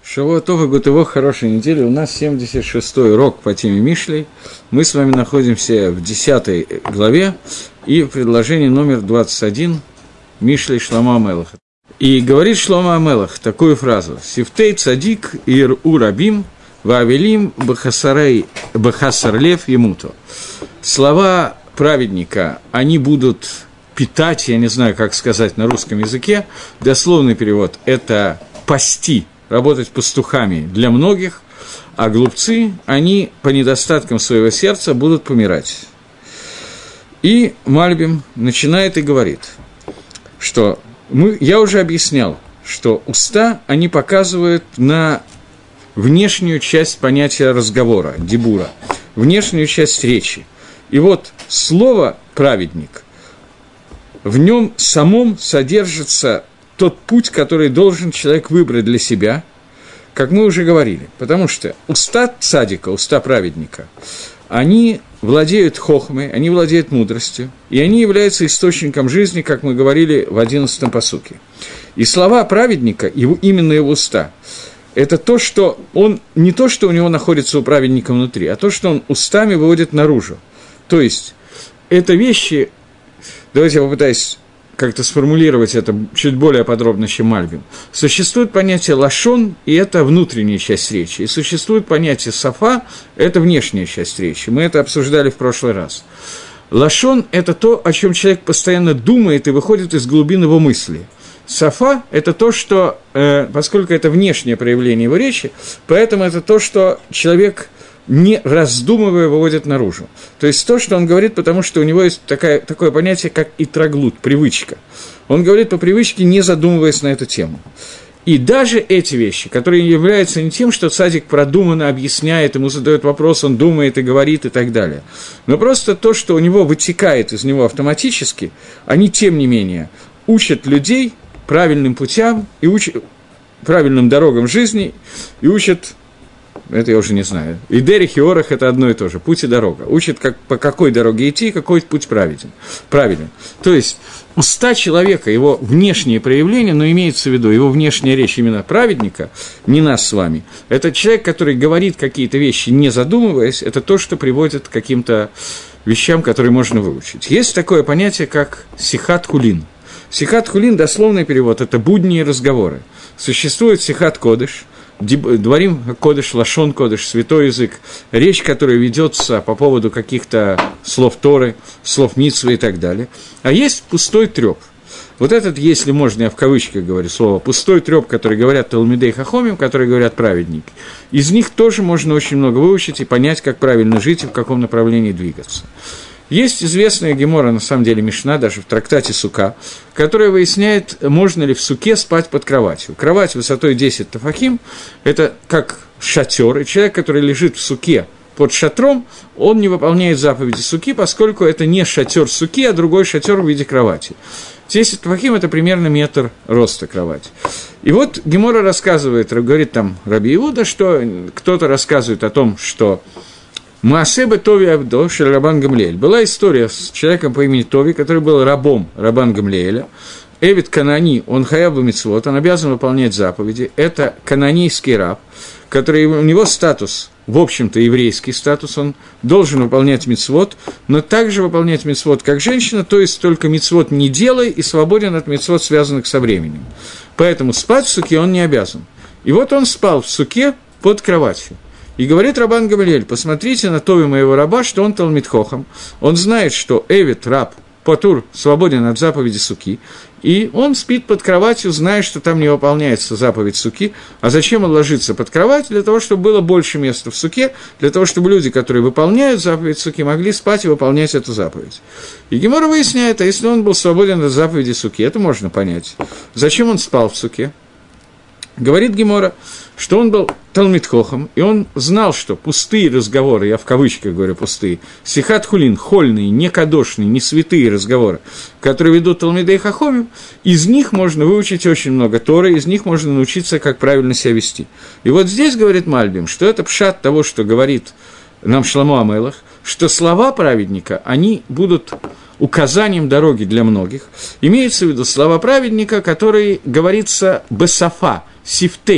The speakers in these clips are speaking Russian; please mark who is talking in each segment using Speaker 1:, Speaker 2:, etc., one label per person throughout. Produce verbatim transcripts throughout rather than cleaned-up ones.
Speaker 1: Шавуа Тов и Гутево, хорошей недели. У нас семьдесят шестой урок по теме Мишлей. Мы с вами находимся в десятой главе и в предложении номер двадцать один Мишлей Шломо ха-Мелеха. И говорит Шломо ха-Мелех такую фразу: «Сифтей цадик ир у рабим ваавелим бахасарлев емуто». Слова праведника, они будут питать, я не знаю, как сказать на русском языке, дословный перевод – это «пасти», работать пастухами для многих, а глупцы, они по недостаткам своего сердца будут помирать. И Мальбим начинает и говорит, что мы, я уже объяснял, что уста, они показывают на внешнюю часть понятия разговора, дибура, внешнюю часть речи. И вот слово «праведник», в нем самом содержится тот путь, который должен человек выбрать для себя, как мы уже говорили. Потому что уста цадика, уста праведника, они владеют хохмой, они владеют мудростью, и они являются источником жизни, как мы говорили в одиннадцатом пасуке. И слова праведника, его, именно его уста, это то, что он, не то, что у него находится у праведника внутри, а то, что он устами выводит наружу. То есть, это вещи... Давайте я попытаюсь как-то сформулировать это чуть более подробно, чем Мальбим. Существует понятие лашон, и это внутренняя часть речи. И существует понятие сафа, это внешняя часть речи. Мы это обсуждали в прошлый раз. Лашон – это то, о чем человек постоянно думает и выходит из глубин его мысли. Сафа – это то, что, э, поскольку это внешнее проявление его речи, поэтому это то, что человек, не раздумывая, выводит наружу. То есть то, что он говорит, потому что у него есть такая, такое понятие, как итраглут, привычка. Он говорит по привычке, не задумываясь на эту тему. И даже эти вещи, которые являются не тем, что цадик продуманно объясняет, ему задает вопрос, он думает и говорит и так далее, но просто то, что у него вытекает из него автоматически, они, тем не менее, учат людей правильным путям, и учат правильным дорогам жизни, и учат... Это я уже не знаю. И Дерих, и Орах – это одно и то же. Путь и дорога. Учат, как, по какой дороге идти, какой путь праведен, правилен. То есть, уста человека, его внешние проявления, но имеется в виду его внешняя речь именно праведника, не нас с вами, это человек, который говорит какие-то вещи, не задумываясь, это то, что приводит к каким-то вещам, которые можно выучить. Есть такое понятие, как сихат хулин. Сихат хулин, дословный перевод, это будни и разговоры. Существует сихат кодыш, дворим кодыш, лашон кодыш, святой язык, речь, которая ведется по поводу каких-то слов Торы, слов мицвы и так далее. А есть пустой трёп. Вот этот, если можно, я в кавычках говорю слово, пустой трёп, который говорят талмидей хахомим, которые говорят праведники, из них тоже можно очень много выучить и понять, как правильно жить и в каком направлении двигаться. Есть известная гемора, на самом деле, Мишна, даже в трактате Сука, которая выясняет, можно ли в суке спать под кроватью. Кровать высотой десять тафахим – это как шатер, и человек, который лежит в суке под шатром, он не выполняет заповеди суки, поскольку это не шатер суки, а другой шатер в виде кровати. десять тафахим – это примерно метр роста кровати. И вот гемора рассказывает, говорит там Раби Иуда, что кто-то рассказывает о том, что Маасебе Тови Авдо Шель Рабан Гамлиэль. Была история с человеком по имени Тови, который был рабом Рабан Гамлиэля. Эвид Канани, он хаяв бамицвот, он обязан выполнять заповеди. Это кананийский раб, который, у него статус, в общем-то, еврейский статус, он должен выполнять мицвот, но также выполнять мицвот как женщина, то есть только мицвот не делай и свободен от мицвот, связанных со временем. Поэтому спать в суке он не обязан. И вот он спал в суке под кроватью. И говорит Рабан Гамлиэль, посмотрите на Тови моего раба, что он талмид хохам, он знает, что Эвид, раб, Патур, свободен от заповеди суки, и он спит под кроватью, зная, что там не выполняется заповедь суки. А зачем он ложится под кровать? Для того, чтобы было больше места в суке, для того, чтобы люди, которые выполняют заповедь суки, могли спать и выполнять эту заповедь. И Гемора выясняет, а если он был свободен от заповеди суки, это можно понять. Зачем он спал в суке? Говорит Гемора, что он был талмид хохам, и он знал, что пустые разговоры, я в кавычках говорю пустые, сихат хулин, хольные, не кадошные, не святые разговоры, которые ведут талмидей хахомим, из них можно выучить очень много Торы, из них можно научиться, как правильно себя вести. И вот здесь говорит Мальбим, что это пшат того, что говорит нам Шломо ха-Мелех, что слова праведника, они будут указанием дороги для многих. Имеется в виду слова праведника, которые говорится бесафа, сифтей,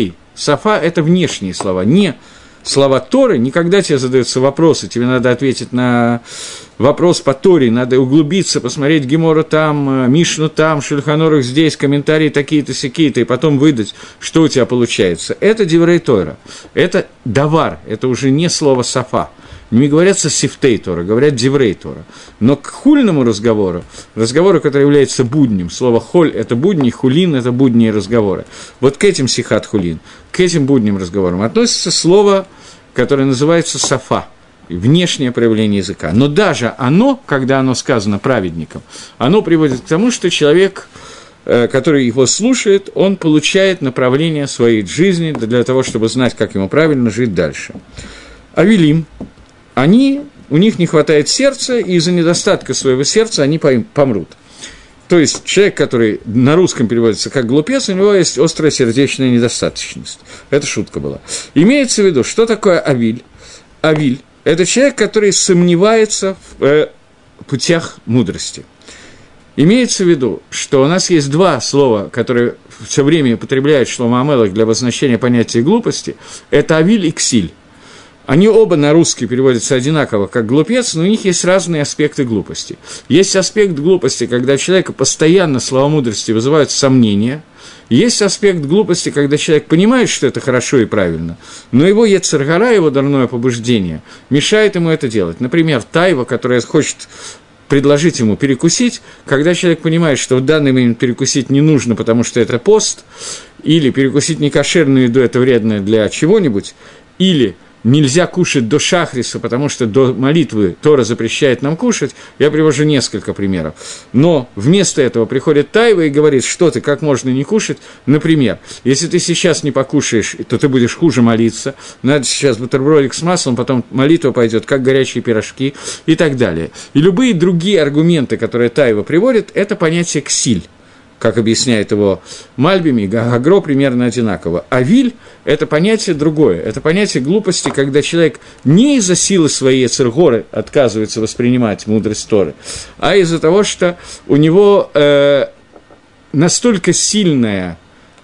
Speaker 1: Сафа – это внешние слова, не слова Торы. Никогда тебе задаются вопросы, тебе надо ответить на вопрос по Торе, надо углубиться, посмотреть Гемора там, Мишну там, Шульхан Арух здесь, комментарии такие-то, сякие-то, и потом выдать, что у тебя получается. Это Деврей Тора, это давар, это уже не слово Сафа. Не говорятся сифтей Тора, говорят Деврей Тора. Но к хульному разговору, разговору, который является будним, слово холь – это будни, хулин – это будние разговоры. Вот к этим сихат хулин, к этим будним разговорам относится слово, которое называется сафа, внешнее проявление языка. Но даже оно, когда оно сказано праведником, оно приводит к тому, что человек, который его слушает, он получает направление своей жизни для того, чтобы знать, как ему правильно жить дальше. Авелим, они, у них не хватает сердца, и из-за недостатка своего сердца они помрут. То есть человек, который на русском переводится как глупец, у него есть острая сердечная недостаточность. Это шутка была. Имеется в виду, что такое авиль? Авиль – это человек, который сомневается в э, путях мудрости. Имеется в виду, что у нас есть два слова, которые все время употребляет Шломо ха-Мелех для обозначения понятия глупости. Это авиль и ксиль. Они оба на русский переводятся одинаково, как глупец, но у них есть разные аспекты глупости. Есть аспект глупости, когда у человека постоянно слова мудрости вызывают сомнения. Есть аспект глупости, когда человек понимает, что это хорошо и правильно, но его йецер гара, его дурное побуждение, мешает ему это делать. Например, тайва, которая хочет предложить ему перекусить, когда человек понимает, что в данный момент перекусить не нужно, потому что это пост, или перекусить некошерную еду – это вредно для чего-нибудь, или нельзя кушать до шахриса, потому что до молитвы Тора запрещает нам кушать, я привожу несколько примеров. Но вместо этого приходит тайва и говорит, что ты, как можно не кушать. Например, если ты сейчас не покушаешь, то ты будешь хуже молиться, надо сейчас бутербродик с маслом, потом молитва пойдет, как горячие пирожки и так далее. И любые другие аргументы, которые тайва приводит, это понятие ксиль. Как объясняет его Мальбим и Гагро, примерно одинаково. Авиль – это понятие другое, это понятие глупости, когда человек не из-за силы своей цергоры отказывается воспринимать мудрость Торы, а из-за того, что у него э, настолько сильное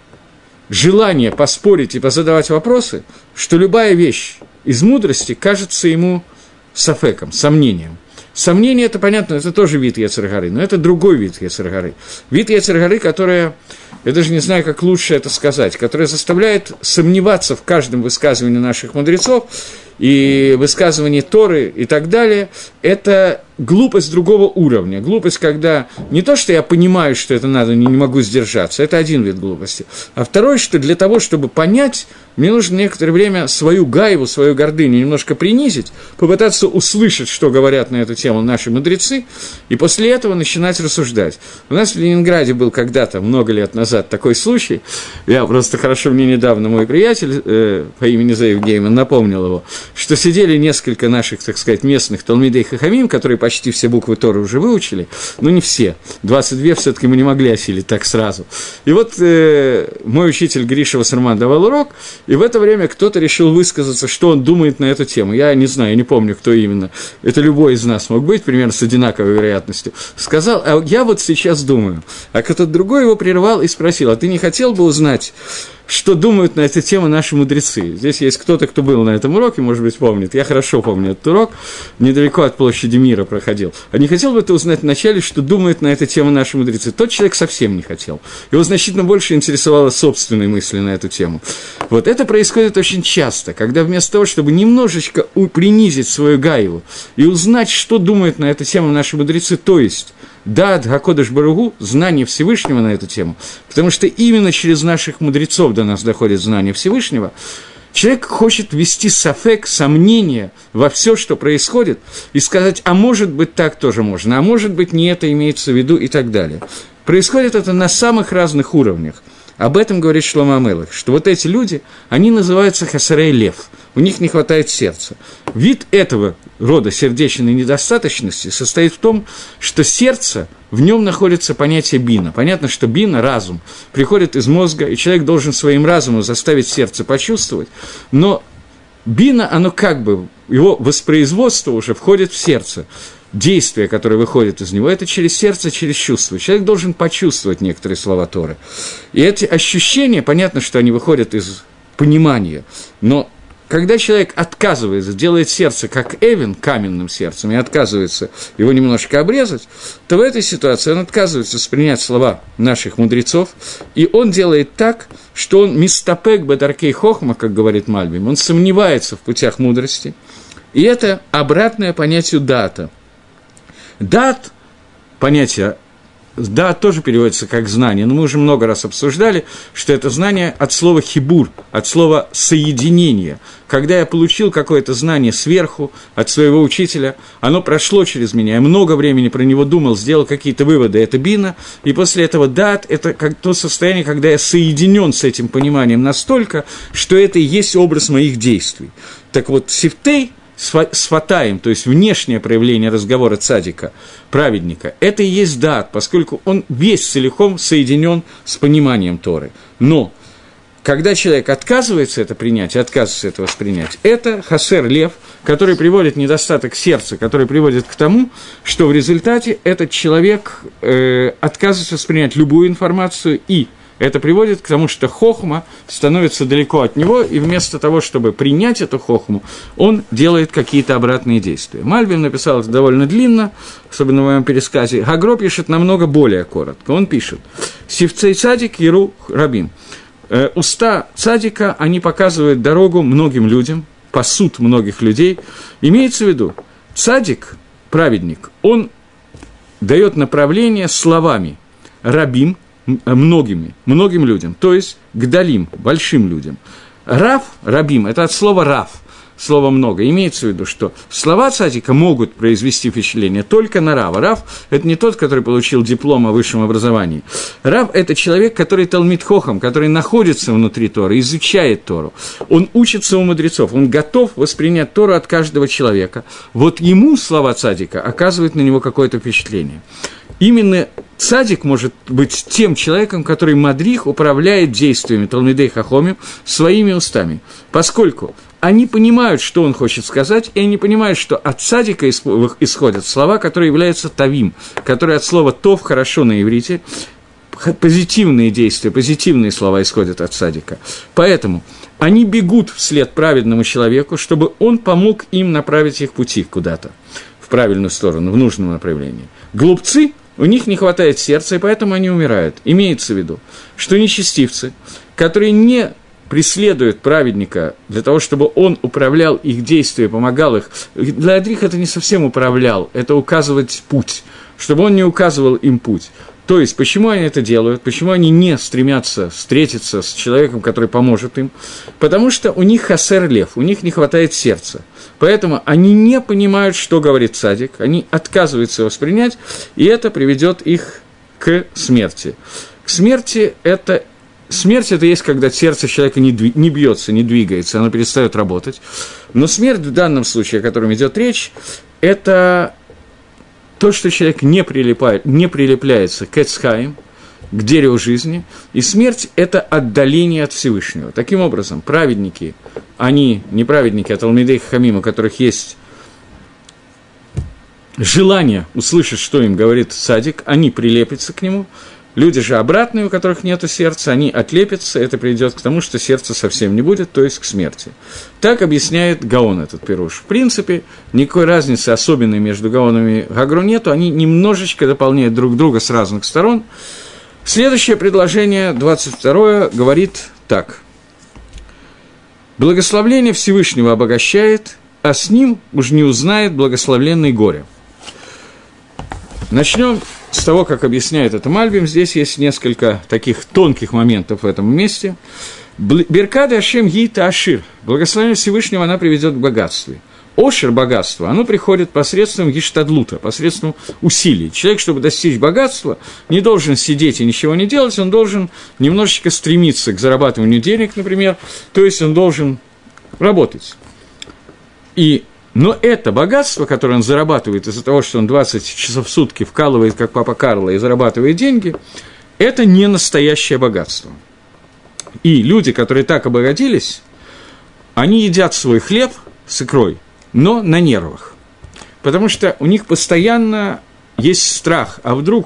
Speaker 1: желание поспорить и позадавать вопросы, что любая вещь из мудрости кажется ему сафеком, сомнением. Сомнение, это понятно, это тоже вид йецер гары, но это другой вид йецер гары. Вид йецер гары, которая, я даже не знаю, как лучше это сказать, которая заставляет сомневаться в каждом высказывании наших мудрецов, и высказывании Торы и так далее, это глупость другого уровня. Глупость, когда не то, что я понимаю, что это надо, не могу сдержаться, это один вид глупости. А второй, что для того, чтобы понять, мне нужно некоторое время свою гайву, свою гордыню немножко принизить, попытаться услышать, что говорят на эту тему наши мудрецы, и после этого начинать рассуждать. У нас в Ленинграде был когда-то, много лет назад, такой случай, я просто хорошо, мне недавно мой приятель э, по имени Зеев Гейман напомнил его, что сидели несколько наших, так сказать, местных талмидей хахамим, которые почти все буквы Торы уже выучили, но не все. двадцать два все-таки мы не могли осилить так сразу. И вот э, мой учитель Гриша Вассерман давал урок, и в это время кто-то решил высказаться, что он думает на эту тему. Я не знаю, я не помню, кто именно. Это любой из нас мог быть, примерно с одинаковой вероятностью. Сказал, а я вот сейчас думаю. А кто-то другой его прервал и спросил, а ты не хотел бы узнать, что думают на эту тему наши мудрецы? Здесь есть кто-то, кто был на этом уроке, может быть, помнит. Я хорошо помню этот урок, недалеко от площади Мира проходил. А не хотел бы ты узнать вначале, что думают на эту тему наши мудрецы? Тот человек совсем не хотел. Его значительно больше интересовало собственные мысли на эту тему. Вот это происходит очень часто, когда вместо того, чтобы немножечко принизить свою гаеву и узнать, что думают на эту тему наши мудрецы, то есть Дат Гакодеш Баругу, знание Всевышнего на эту тему, потому что именно через наших мудрецов до нас доходит знание Всевышнего, человек хочет ввести сафек, сомнение во все, что происходит, и сказать, а может быть так тоже можно, а может быть не это имеется в виду и так далее. Происходит это на самых разных уровнях. Об этом говорит Шломо ха-Мелех, что вот эти люди, они называются хасарей лев, у них не хватает сердца. Вид этого рода сердечной недостаточности состоит в том, что сердце, в нем находится понятие бина. Понятно, что бина, разум, приходит из мозга, и человек должен своим разумом заставить сердце почувствовать, но бина, оно как бы, его воспроизводство уже входит в сердце. Действие, которое выходит из него, это через сердце, через чувство. Человек должен почувствовать некоторые слова Торы. И эти ощущения, понятно, что они выходят из понимание. Но когда человек отказывается, делает сердце как Эвен, каменным сердцем, и отказывается его немножко обрезать, то в этой ситуации он отказывается воспринять слова наших мудрецов, и он делает так, что он мистапек бедаркей хохма, как говорит Мальбим, он сомневается в путях мудрости, и это обратное понятию дата. Дат, понятие да, тоже переводится как знание, но мы уже много раз обсуждали, что это знание от слова хибур, от слова соединение. Когда я получил какое-то знание сверху, от своего учителя, оно прошло через меня, я много времени про него думал, сделал какие-то выводы, это бина, и после этого дат – это как то состояние, когда я соединен с этим пониманием настолько, что это и есть образ моих действий. Так вот, сифтей, сфатаем, то есть внешнее проявление разговора цадика, праведника, это и есть дат, поскольку он весь целиком соединен с пониманием Торы. Но когда человек отказывается это принять, отказывается это воспринять, это хасер лев, который приводит недостаток сердца, который приводит к тому, что в результате этот человек э, отказывается воспринять любую информацию, и это приводит к тому, что хохма становится далеко от него, и вместо того, чтобы принять эту хохму, он делает какие-то обратные действия. Мальбим написал это довольно длинно, особенно в моем пересказе. Гагро пишет намного более коротко. Он пишет: «Сивцей цадик еру рабим». Э, уста цадика, они показывают дорогу многим людям, пасут многих людей. Имеется в виду, цадик, праведник, он дает направление словами рабим, многими, многим людям, то есть гдалим, большим людям. Рав, рабим, это от слова рав, слово много. Имеется в виду, что слова цадика могут произвести впечатление только на рава. Рав – это не тот, который получил диплом о высшем образовании. Рав – это человек, который талмид хохам, который находится внутри Торы, изучает Тору. Он учится у мудрецов, он готов воспринять Тору от каждого человека. Вот ему слова цадика оказывают на него какое-то впечатление. Именно цадик может быть тем человеком, который мадрих управляет действиями талмидей хахомим своими устами, поскольку они понимают, что он хочет сказать, и они понимают, что от цадика исходят слова, которые являются тавим, которые от слова тов, хорошо на иврите, позитивные действия, позитивные слова исходят от цадика. Поэтому они бегут вслед праведному человеку, чтобы он помог им направить их пути куда-то, в правильную сторону, в нужном направлении. Глупцы, у них не хватает сердца, и поэтому они умирают. Имеется в виду, что нечестивцы, которые не преследуют праведника для того, чтобы он управлял их действия, помогал их, для Адрих это не совсем управлял, это указывать путь, чтобы он не указывал им путь. То есть, почему они это делают, почему они не стремятся встретиться с человеком, который поможет им? Потому что у них хасер лев, у них не хватает сердца. Поэтому они не понимают, что говорит цадик, они отказываются воспринять, и это приведет их к смерти. К смерти это... Смерть – это есть, когда сердце человека не, дви... не бьется, не двигается, оно перестает работать. Но смерть в данном случае, о котором идет речь, это... То, что человек не, прилипает, не прилепляется к Эцхаим, к дереву жизни, и смерть – это отдаление от Всевышнего. Таким образом, праведники, они, не праведники, а талмидей хахамим, у которых есть желание услышать, что им говорит цадик, они прилепятся к нему. Люди же обратные, у которых нет сердца, они отлепятся, это приведет к тому, что сердца совсем не будет, то есть к смерти. Так объясняет Гаон этот пируш. В принципе, никакой разницы особенной между Гаонами и Гагро нету, они немножечко дополняют друг друга с разных сторон. Следующее предложение, двадцать второе, говорит так. «Благословление Всевышнего обогащает, а с ним уж не узнает благословленный горе». Начнем с того, как объясняет это Мальбим. Здесь есть несколько таких тонких моментов в этом месте. «Беркад Ашем гита ашир». Благословение Всевышнего она приведет к богатству. Ошер, богатство, оно приходит посредством гиштадлута, посредством усилий. Человек, чтобы достичь богатства, не должен сидеть и ничего не делать, он должен немножечко стремиться к зарабатыванию денег, например, то есть он должен работать. И Но это богатство, которое он зарабатывает из-за того, что он двадцать часов в сутки вкалывает, как папа Карло, и зарабатывает деньги, это не настоящее богатство. И люди, которые так обогатились, они едят свой хлеб с икрой, но на нервах. Потому что у них постоянно есть страх, а вдруг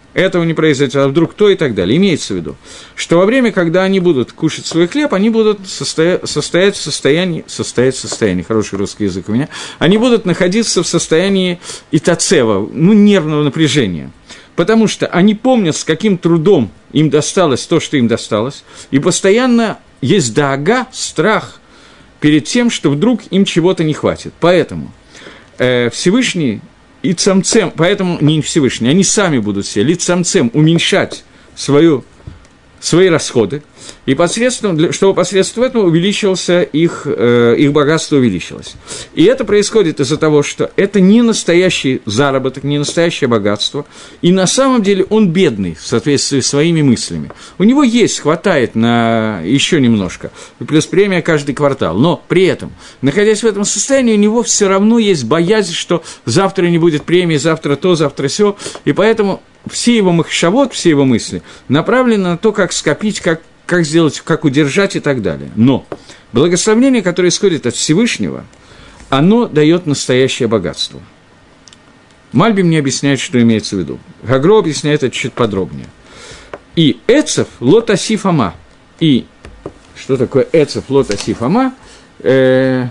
Speaker 1: этого не произойдет, а вдруг то и так далее. Имеется в виду, что во время, когда они будут кушать свой хлеб, они будут состоя- состоять в состоянии, состоять в состоянии, хороший русский язык у меня, они будут находиться в состоянии итацева, ну, нервного напряжения, потому что они помнят, с каким трудом им досталось то, что им досталось, и постоянно есть даага, страх перед тем, что вдруг им чего-то не хватит. Поэтому э, Всевышний и цамцем, поэтому не Всевышний, они сами будут себе лицамцем уменьшать свою, свои расходы, и посредством, чтобы посредством этого увеличился их, э, их богатство увеличилось. И это происходит из-за того, что это не настоящий заработок, не настоящее богатство, и на самом деле он бедный в соответствии с своими мыслями. У него есть, хватает на еще немножко, плюс премия каждый квартал, но при этом, находясь в этом состоянии, у него все равно есть боязнь, что завтра не будет премии, завтра то, завтра сё, и поэтому все его махшавот, все его мысли направлены на то, как скопить, как как сделать, как удержать и так далее. Но благословение, которое исходит от Всевышнего, оно дает настоящее богатство. Мальбим не объясняет, что имеется в виду. Гагро объясняет это чуть подробнее. И эцев лот асиф ама. И что такое эцев лот асиф ама? Э,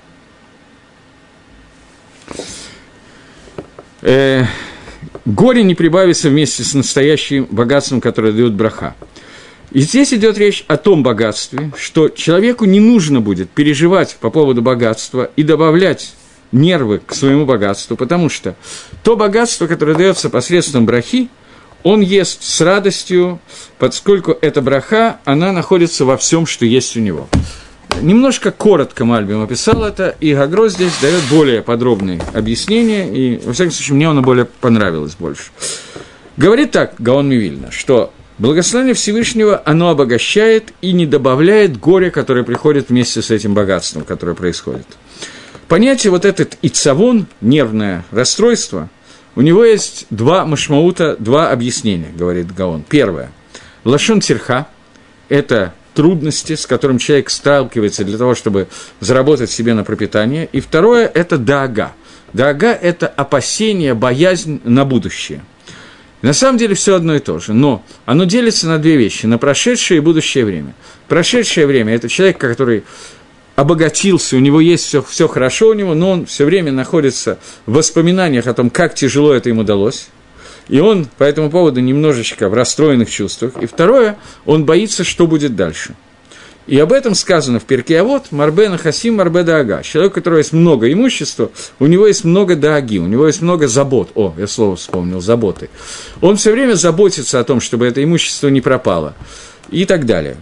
Speaker 1: э, горе не прибавится вместе с настоящим богатством, которое дает браха. И здесь идет речь о том богатстве, что человеку не нужно будет переживать по поводу богатства и добавлять нервы к своему богатству, потому что то богатство, которое дается посредством брахи, он ест с радостью, поскольку эта браха, она находится во всем, что есть у него. Немножко коротко Мальбим описал это, и Гагро здесь дает более подробные объяснения, и, во всяком случае, мне оно более понравилось больше. Говорит так Гаон Мивильна, что благословение Всевышнего, оно обогащает и не добавляет горя, которое приходит вместе с этим богатством, которое происходит. Понятие вот этот ицавон, нервное расстройство, у него есть два машмаута, два объяснения, говорит Гаон. Первое. Лашон тирха – это трудности, с которым человек сталкивается для того, чтобы заработать себе на пропитание. И второе – это даага. Даага – это опасение, боязнь на будущее. На самом деле все одно и то же, но оно делится на две вещи, на прошедшее и будущее время. Прошедшее время – это человек, который обогатился, у него есть все, все хорошо у него, но он все время находится в воспоминаниях о том, как тяжело это ему удалось, и он по этому поводу немножечко в расстроенных чувствах. И второе, он боится, что будет дальше. И об этом сказано в Перке Авот, «Марбе нахасим, марбе даага». Человек, у которого есть много имущества, у него есть много дааги, у него есть много забот. О, я слово вспомнил, заботы. Он все время заботится о том, чтобы это имущество не пропало и так далее.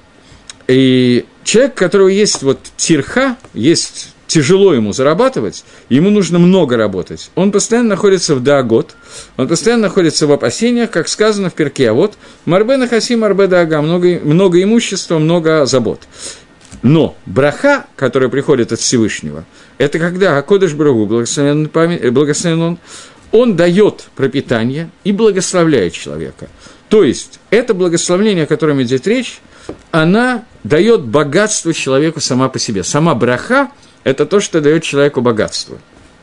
Speaker 1: И человек, у которого есть вот тирха, есть тяжело ему зарабатывать, ему нужно много работать. Он постоянно находится в даагот, он постоянно находится в опасениях, как сказано в Перке Авот, «Марбе нахасим, марбе даага», много, много имущества, много забот. Но браха, которая приходит от Всевышнего, это когда Акодеш Барух, благословен, благословен он, он дает пропитание и благословляет человека. То есть, это благословение, о котором идет речь, она дает богатство человеку сама по себе. Сама браха – это то, что дает человеку богатство.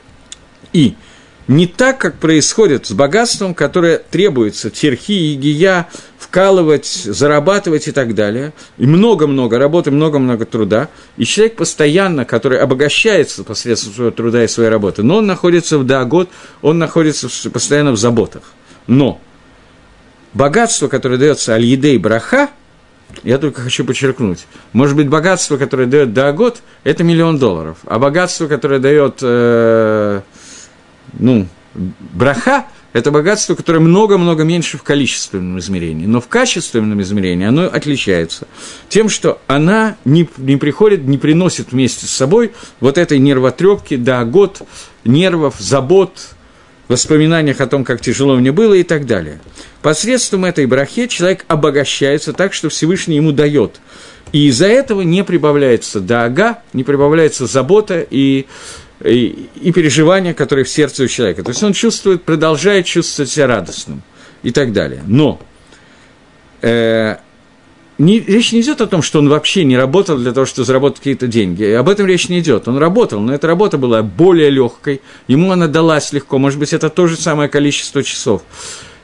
Speaker 1: И не так, как происходит с богатством, которое требуется тирхи, егия, вкалывать, зарабатывать и так далее. И много-много работы, много-много труда. И человек постоянно, который обогащается посредством своего труда и своей работы, но он находится в даагот, он находится постоянно в заботах. Но богатство, которое дается аль-едей браха, я только хочу подчеркнуть, может быть, богатство, которое дает даагот, это миллион долларов, а богатство, которое дает, э, ну, браха, это богатство, которое много-много меньше в количественном измерении, но в качественном измерении оно отличается тем, что она не, не приходит, не приносит вместе с собой вот этой нервотрепки, даагот, нервов, забот, воспоминаниях о том, как тяжело мне было и так далее. Посредством этой брахи человек обогащается так, что Всевышний ему дает. И из-за этого не прибавляется даага, не прибавляется забота и, и, и переживания, которые в сердце у человека. То есть он чувствует, продолжает чувствовать себя радостным и так далее. Но э, не, речь не идет о том, что он вообще не работал для того, чтобы заработать какие-то деньги. И об этом речь не идет. Он работал, но эта работа была более легкой, ему она далась легко. Может быть, это то же самое количество часов.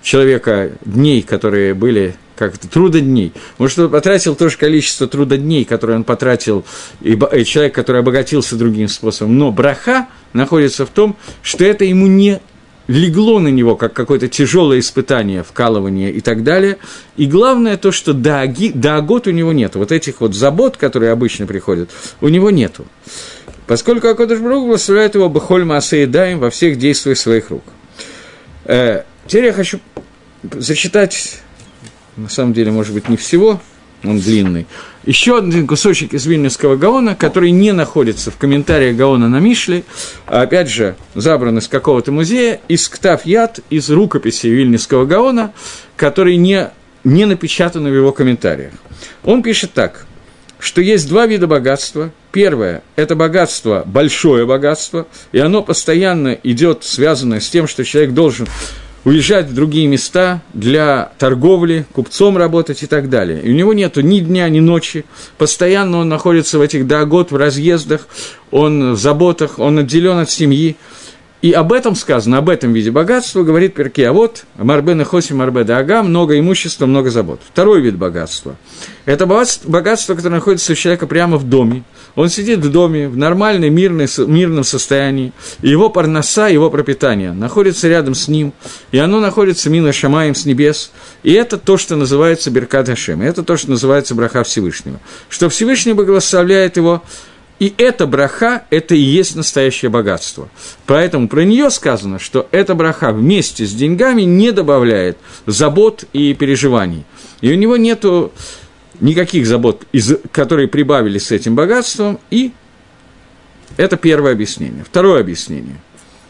Speaker 1: человека дней, которые были как-то трудодней. Может, он потратил то же количество трудодней, которое он потратил, и, и человек, который обогатился другим способом. Но браха находится в том, что это ему не легло на него, как какое-то тяжелое испытание, вкалывание и так далее. И главное то, что дааги, даагот у него нет. Вот этих вот забот, которые обычно приходят, у него нету. Поскольку АКодеш Барух Ху благословляет его бехоль маасе едаим во всех действиях своих рук. Э, теперь я хочу зачитать, на самом деле, может быть, не всего, он длинный, еще один кусочек из Вильнюсского Гаона, который не находится в комментариях Гаона на Мишле, а опять же, забран из какого-то музея, из Ктав Яд, из рукописи Вильнюсского Гаона, который не, не напечатан в его комментариях. Он пишет так, что есть два вида богатства. Первое – это богатство, большое богатство, и оно постоянно идет, связанное с тем, что человек должен уезжать в другие места для торговли, купцом работать и так далее. И у него нет ни дня, ни ночи, постоянно он находится в этих даагот, в разъездах, он в заботах, он отделен от семьи. И об этом сказано, об этом виде богатства говорит Перкей Авот, Марбе нехоси марбе даага, много имущества, много забот. Второй вид богатства – это богатство, которое находится у человека прямо в доме. Он сидит в доме, в нормальном, мирном состоянии, и его парноса, его пропитание находится рядом с ним, и оно находится мина шамаем с небес, и это то, что называется Беркат Хашем, это то, что называется браха Всевышнего, что Всевышний благословляет его. И эта браха – это и есть настоящее богатство. Поэтому про нее сказано, что эта браха вместе с деньгами не добавляет забот и переживаний. И у него нету никаких забот, которые прибавились с этим богатством. И это первое объяснение. Второе объяснение.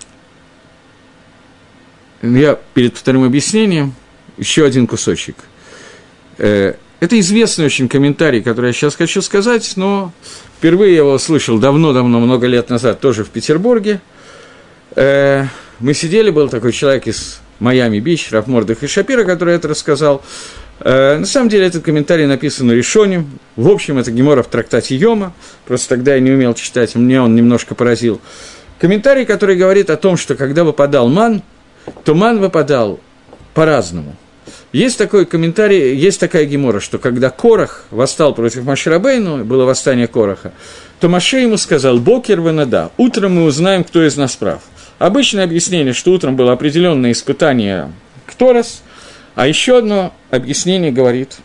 Speaker 1: Я перед вторым объяснением еще один кусочек. Это известный очень комментарий, который я сейчас хочу сказать, но впервые я его услышал давно-давно, много лет назад, тоже в Петербурге. Мы сидели, был такой человек из Майами-Бич, Рав Мордехай Шапира, который это рассказал. На самом деле этот комментарий написан у Ришони. В общем, это гемора в трактате Йома, просто тогда я не умел читать, мне он немножко поразил. Комментарий, который говорит о том, что когда выпадал ман, то ман выпадал по-разному. Есть такой комментарий, есть такая гемора, что когда Корах восстал против Моше Рабейну, было восстание Кораха, то Моше ему сказал: «Бокер венада, утром мы узнаем, кто из нас прав». Обычное объяснение, что утром было определенное испытание Кторос, а еще одно объяснение говорит,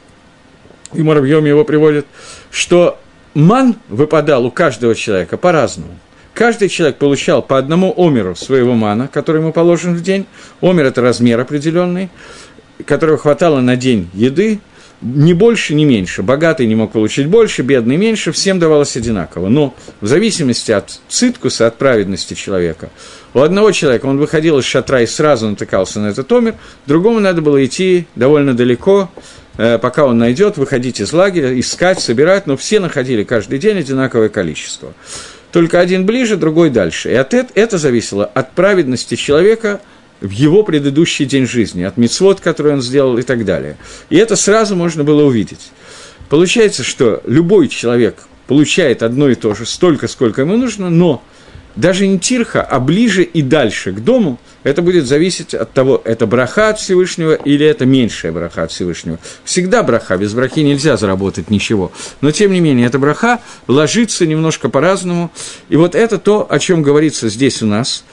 Speaker 1: и Муравьем его приводит, что ман выпадал у каждого человека по-разному. Каждый человек получал по одному омеру своего мана, который ему положен в день. Омер – это размер определенный, которого хватало на день еды, ни больше, ни меньше. Богатый не мог получить больше, бедный меньше, всем давалось одинаково. Но в зависимости от циткуса, от праведности человека, у одного человека он выходил из шатра и сразу натыкался на этот омер, другому надо было идти довольно далеко, пока он найдет, выходить из лагеря, искать, собирать, но все находили каждый день одинаковое количество. Только один ближе, другой дальше. И от это, это зависело от праведности человека в его предыдущий день жизни, от мицвот, который он сделал и так далее. И это сразу можно было увидеть. Получается, что любой человек получает одно и то же, столько, сколько ему нужно, но даже не тирха, а ближе и дальше к дому, это будет зависеть от того, это браха от Всевышнего или это меньшая браха от Всевышнего. Всегда браха, без брахи нельзя заработать ничего. Но, тем не менее, эта браха ложится немножко по-разному. И вот это то, о чем говорится здесь у нас,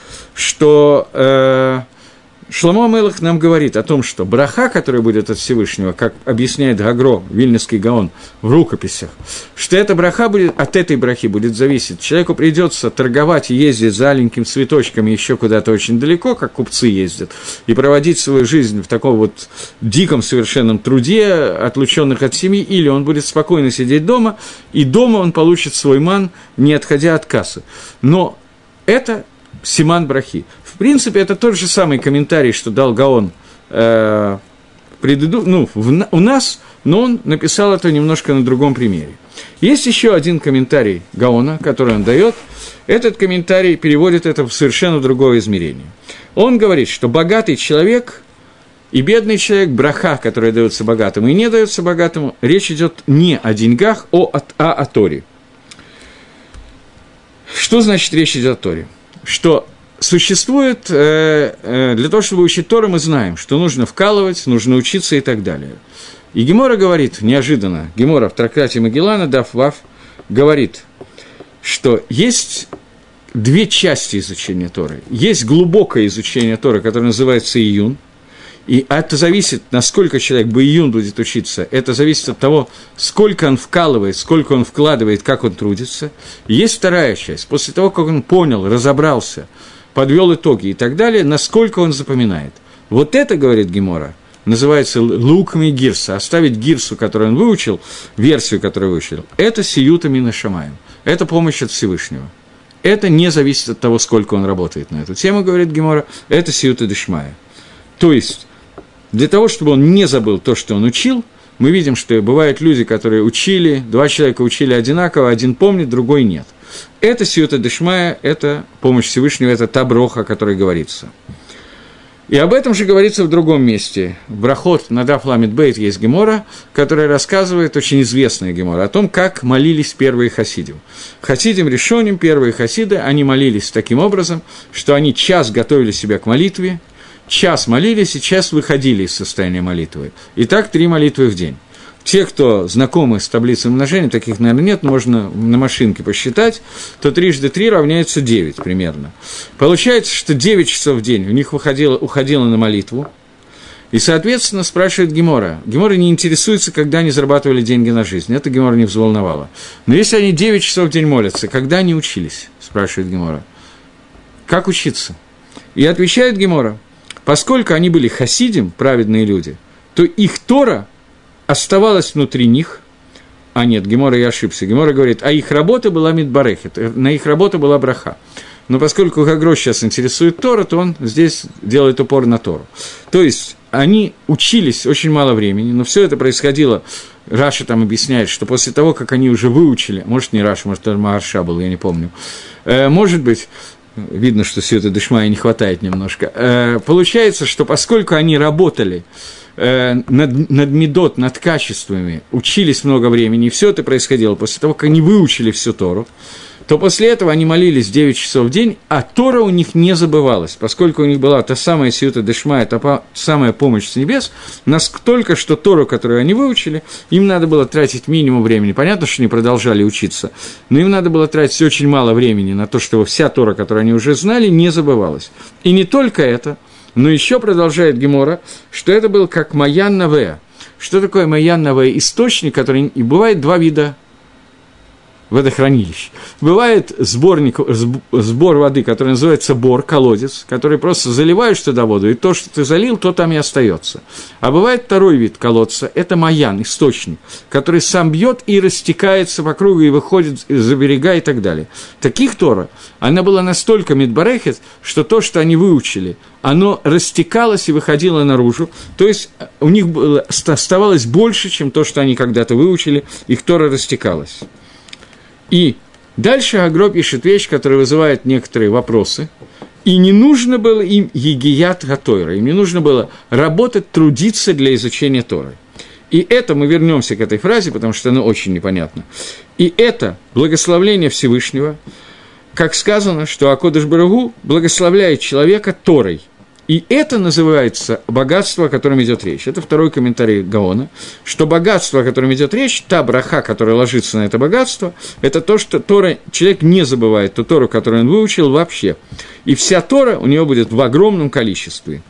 Speaker 1: что э, Шломо Амелех нам говорит о том, что браха, которая будет от Всевышнего, как объясняет Гагро, Вильнюсский Гаон, в рукописях, что эта браха будет, от этой брахи будет зависеть. Человеку придется торговать и ездить за аленькими цветочками еще куда-то очень далеко, как купцы ездят, и проводить свою жизнь в таком вот диком совершенном труде, отлученных от семьи, или он будет спокойно сидеть дома, и дома он получит свой ман, не отходя от кассы. Но это симан брахи. В принципе, это тот же самый комментарий, что дал Гаон э, предыду... ну, в, у нас, но он написал это немножко на другом примере. Есть еще один комментарий Гаона, который он дает. Этот комментарий переводит это в совершенно другое измерение. Он говорит, что богатый человек и бедный человек, браха, которая дается богатому и не дается богатому, речь идет не о деньгах, а о, о Торе. Что значит речь идет о Торе? Что существует, э, э, для того, чтобы учить Тору, мы знаем, что нужно вкалывать, нужно учиться и так далее. И Гемора говорит, неожиданно, Гемора в трактате Магеллана, Дав Вав, говорит, что есть две части изучения Торы. Есть глубокое изучение Торы, которое называется июн, и это зависит, насколько человек баиюн будет учиться, это зависит от того, сколько он вкалывает, сколько он вкладывает, как он трудится. И есть вторая часть, после того, как он понял, разобрался, подвел итоги и так далее, насколько он запоминает. Вот это, говорит Гемора, называется луками гирса, оставить гирсу, которую он выучил, версию, которую выучил, это сиюта мина шамаем, это помощь от Всевышнего. Это не зависит от того, сколько он работает на эту тему, говорит Гемора, это сиюта дешмая. То есть, для того, чтобы он не забыл то, что он учил, мы видим, что бывают люди, которые учили, два человека учили одинаково, один помнит, другой нет. Это сиюта дешмая, это помощь Всевышнего, это та броха, о которой говорится. И об этом же говорится в другом месте. В Брахот на Даф Ламид Бейт есть Гемора, которая рассказывает, очень известная Гемора, о том, как молились первые хасидим. Хасидим решоним, первые хасиды, они молились таким образом, что они час готовили себя к молитве, час молились и час выходили из состояния молитвы. И так три молитвы в день. Те, кто знакомы с таблицей умножения, таких, наверное, нет, можно на машинке посчитать, то трижды три равняется девять примерно. Получается, что девять часов в день у них выходило, уходило на молитву. И, соответственно, спрашивает Гемора. Гемора не интересуется, когда они зарабатывали деньги на жизнь. Это Гемора не взволновало. Но если они девять часов в день молятся, когда они учились? Спрашивает Гемора. Как учиться? И отвечает Гемора. Поскольку они были хасидим, праведные люди, то их Тора оставалась внутри них, а нет, Гемора я ошибся, Гемора говорит, а их работа была мидбарехет, на их работу была браха. Но поскольку Гагро сейчас интересует Тора, то он здесь делает упор на Тору. То есть они учились очень мало времени, но все это происходило, Раша там объясняет, что после того, как они уже выучили, может не Раша, может Маарша был, я не помню, э, может быть, видно, что сиюта дешмая не хватает немножко. Э, получается, что поскольку они работали э, над, над медот, над качествами, учились много времени, и все это происходило после того, как они выучили всю Тору, то после этого они молились девять часов в день, а Тора у них не забывалась, поскольку у них была та самая сиюта дешмая, та самая помощь с небес, настолько, что Тору, которую они выучили, им надо было тратить минимум времени. Понятно, что они продолжали учиться, но им надо было тратить очень мало времени на то, чтобы вся Тора, которую они уже знали, не забывалась. И не только это, но еще продолжает Гемора, что это был как Маян Навеа. Что такое Маян Навеа? Источник, который... И бывает два вида водохранилищ. Бывает сборник, сбор воды, который называется бор, колодец, который просто заливаешь туда воду, и то, что ты залил, то там и остается. А бывает второй вид колодца, это маян, источник, который сам бьет и растекается по кругу, и выходит за берега и так далее. Таких Тора, она была настолько мидбарехет, что то, что они выучили, оно растекалось и выходило наружу, то есть у них было, оставалось больше, чем то, что они когда-то выучили, их Тора растекалась. И дальше Агро пишет вещь, которая вызывает некоторые вопросы. И не нужно было им егият га-Тойра, им не нужно было работать, трудиться для изучения Торы. И это, мы вернемся к этой фразе, потому что она очень непонятна. И это благословление Всевышнего, как сказано, что Акодыш Баругу благословляет человека Торой. И это называется богатство, о котором идет речь. Это второй комментарий Гаона, что богатство, о котором идет речь, та браха, которая ложится на это богатство, это то, что Тора, человек не забывает ту Тору, которую он выучил вообще. И вся Тора у него будет в огромном количестве.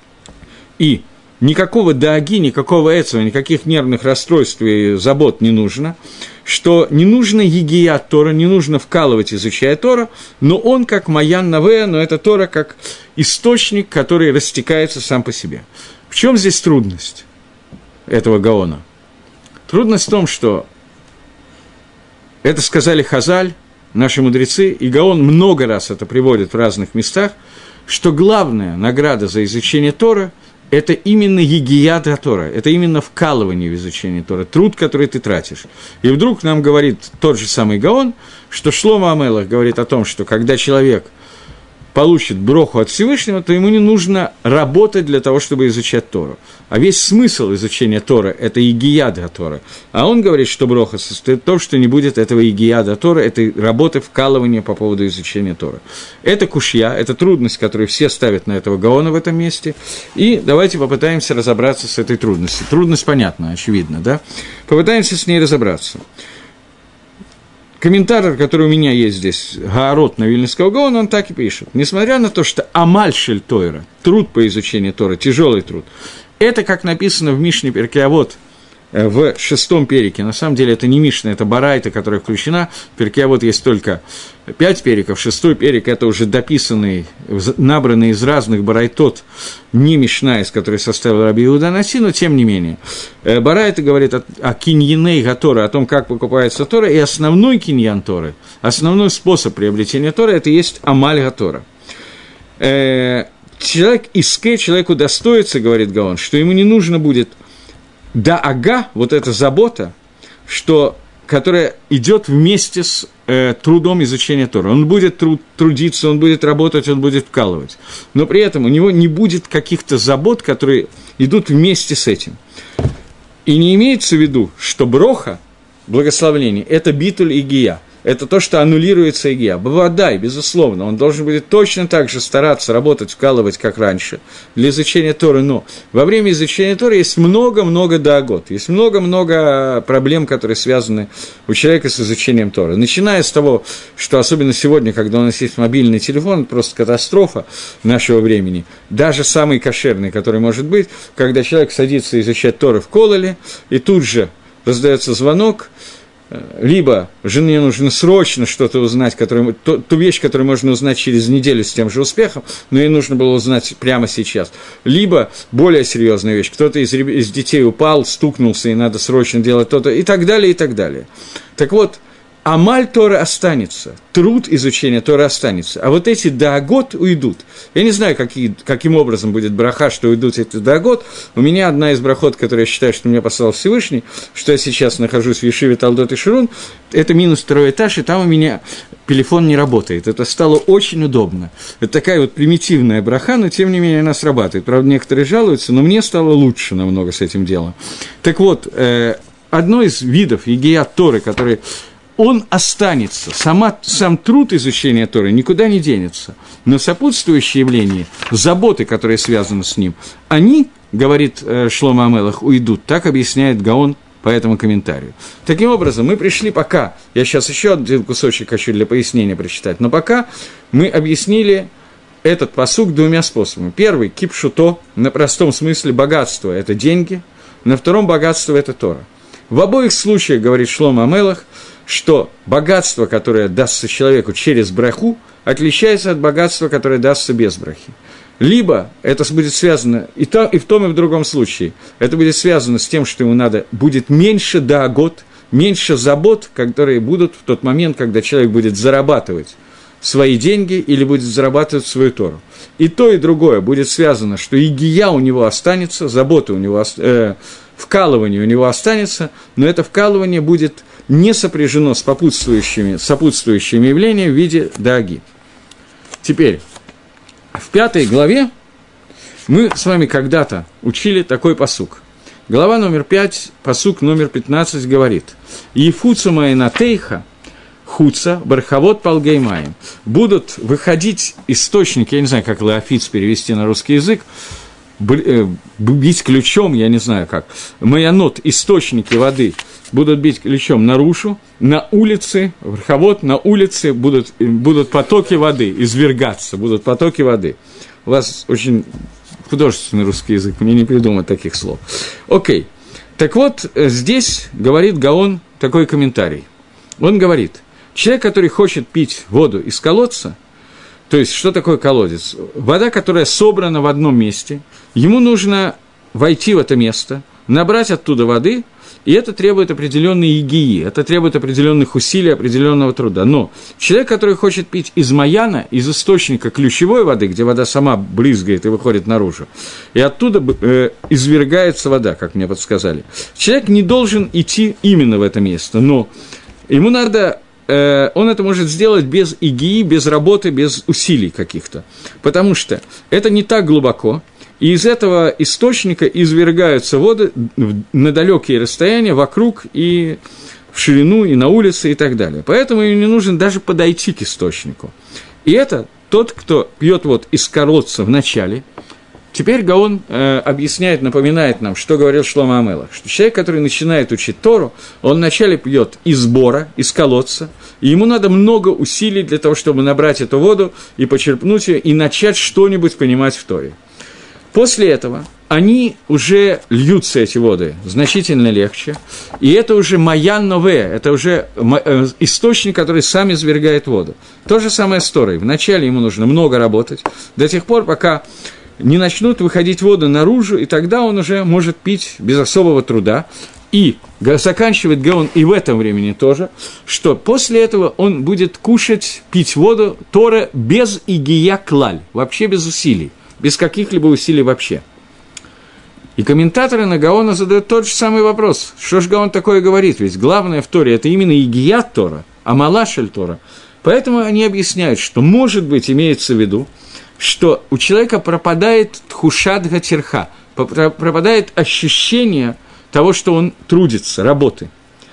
Speaker 1: И никакого дааги, никакого этого, никаких нервных расстройств и забот не нужно, что не нужно егият Тора, не нужно вкалывать, изучая Тора, но он как Маян Навеа, но это Тора как источник, который растекается сам по себе. В чем здесь трудность этого Гаона? Трудность в том, что это сказали Хазаль, наши мудрецы, и Гаон много раз это приводит в разных местах, что главная награда за изучение Тора – это именно егият га-Тора, это именно вкалывание в изучении Тора, труд, который ты тратишь. И вдруг нам говорит тот же самый Гаон, что Шломо ха-Мелех говорит о том, что когда человек получит броху от Всевышнего, то ему не нужно работать для того, чтобы изучать Тору. А весь смысл изучения Торы – это игияда Торы. А он говорит, что броха состоит в том, что не будет этого игияда Торы, этой работы, вкалывания по поводу изучения Торы. Это кушья, это трудность, которую все ставят на этого Гаона в этом месте. И давайте попытаемся разобраться с этой трудностью. Трудность понятна, очевидно, да? Попытаемся с ней разобраться. Комментатор, который у меня есть здесь, Гаарот на Вильнюсского Гаона, он так и пишет. Несмотря на то, что Амаль шель Тойра, труд по изучению Торы, тяжелый труд, это, как написано в Мишне Перкей Авот, в шестом перике, на самом деле это не Мишна, это Барайта, которая включена, в Перкей Авот есть только пять периков, шестой перик – это уже дописанный, набранный из разных барайтот, не Мишна, из которой составил Раби Иуда Наси, но тем не менее. Барайта говорит о, о киньяней Торы, о том, как покупается Тора, и основной киньян Торы, основной способ приобретения Торы – это есть Амаль Тора. Человек иске, человеку достоится, говорит Гаон, что ему не нужно будет да ага, вот эта забота, что, которая идет вместе с э, трудом изучения Торы. Он будет труд, трудиться, он будет работать, он будет вкалывать. Но при этом у него не будет каких-то забот, которые идут вместе с этим. И не имеется в виду, что броха, благословление, это битуль и гия. Это то, что аннулируется игия. Бавадай, безусловно, он должен будет точно так же стараться работать, вкалывать, как раньше, для изучения Торы. Но во время изучения Торы есть много-много даагот, есть много-много проблем, которые связаны у человека с изучением Торы. Начиная с того, что особенно сегодня, когда у нас есть мобильный телефон, это просто катастрофа нашего времени, даже самый кошерный, который может быть, когда человек садится изучать Торы в кололе, и тут же раздается звонок, либо жене нужно срочно что-то узнать, которую, ту, ту вещь, которую можно узнать через неделю с тем же успехом, но ей нужно было узнать прямо сейчас. Либо более серьезная вещь, кто-то из, из детей упал, стукнулся, и надо срочно делать то-то, и так далее, и так далее. Так вот, Амаль Торы останется, труд изучения Торы останется, а вот эти даагот уйдут. Я не знаю, какие, каким образом будет браха, что уйдут эти даагот. У меня одна из брахот, которую я считаю, что меня послал Всевышний, что я сейчас нахожусь в Ешиве Талдот и Ширун, это минус второй этаж, и там у меня телефон не работает. Это стало очень удобно. Это такая вот примитивная браха, но тем не менее она срабатывает. Правда, некоторые жалуются, но мне стало лучше намного с этим делом. Так вот, э, одно из видов егият Торы, который... он останется, сама, сам труд изучения Торы никуда не денется, но сопутствующие явления, заботы, которые связаны с ним, они, говорит э, Шломо ха-Мелех, уйдут, так объясняет Гаон по этому комментарию. Таким образом, мы пришли пока, я сейчас еще один кусочек хочу для пояснения прочитать, но пока мы объяснили этот пасук двумя способами. Первый, кипшуто, на простом смысле богатство – это деньги, на втором богатство – это Тора. В обоих случаях, говорит Шломо ха-Мелех, что богатство, которое дастся человеку через браху, отличается от богатства, которое дастся без брахи. Либо это будет связано и, то, и в том, и в другом случае, это будет связано с тем, что ему надо будет меньше даагот, меньше забот, которые будут в тот момент, когда человек будет зарабатывать свои деньги или будет зарабатывать свою Тору. И то, и другое будет связано, что игия у него останется, забота у него, э, вкалывание у него останется, но это вкалывание будет не сопряжено с сопутствующими, сопутствующими явлениями в виде дааги. Теперь, в пятой главе мы с вами когда-то учили такой пасук. Глава номер пять, пасук номер пятнадцать говорит: «Ефуцу маэнатейха, хуца, бархавот палгеймаем». Будут выходить источники, я не знаю, как леофиц перевести на русский язык, бить ключом, я не знаю как, маянот, источники воды, будут бить ключом наружу, на улице, верховод, на улице будут, будут потоки воды извергаться, будут потоки воды. У вас очень художественный русский язык, мне не придумать таких слов. Окей, так вот, здесь говорит Гаон такой комментарий. Он говорит, человек, который хочет пить воду из колодца, то есть, что такое колодец? Вода, которая собрана в одном месте, ему нужно войти в это место, набрать оттуда воды, и это требует определенной егии, это требует определенных усилий, определенного труда. Но человек, который хочет пить из маяна, из источника ключевой воды, где вода сама брызгает и выходит наружу, и оттуда э, извергается вода, как мне подсказали, человек не должен идти именно в это место, но ему надо э, он это может сделать без игии, без работы, без усилий каких-то. Потому что это не так глубоко, и из этого источника извергаются воды на далекие расстояния вокруг и в ширину, и на улице, и так далее. Поэтому ему не нужно даже подойти к источнику. И это тот, кто пьет вот из колодца в начале. Теперь Гаон э, объясняет, напоминает нам, что говорил Шломо ха-Мелех, что человек, который начинает учить Тору, он вначале пьет из бора, из колодца, и ему надо много усилий для того, чтобы набрать эту воду и почерпнуть ее, и начать что-нибудь понимать в Торе. После этого они уже льются, эти воды, значительно легче, и это уже маян нове, это уже источник, который сам извергает воду. То же самое с Торой. Вначале ему нужно много работать, до тех пор, пока не начнут выходить воды наружу, и тогда он уже может пить без особого труда. И заканчивает Гаон и в этом времени тоже, что после этого он будет кушать, пить воду Тора без игия клаль, вообще без усилий, без каких-либо усилий вообще. И комментаторы на Гаона задают тот же самый вопрос. Что же Гаон такое говорит? Ведь главное в Торе – это именно игият Тора, а малашель Тора. Поэтому они объясняют, что, может быть, имеется в виду, что у человека пропадает тхушат гатирха, пропадает ощущение того, что он трудится, работы.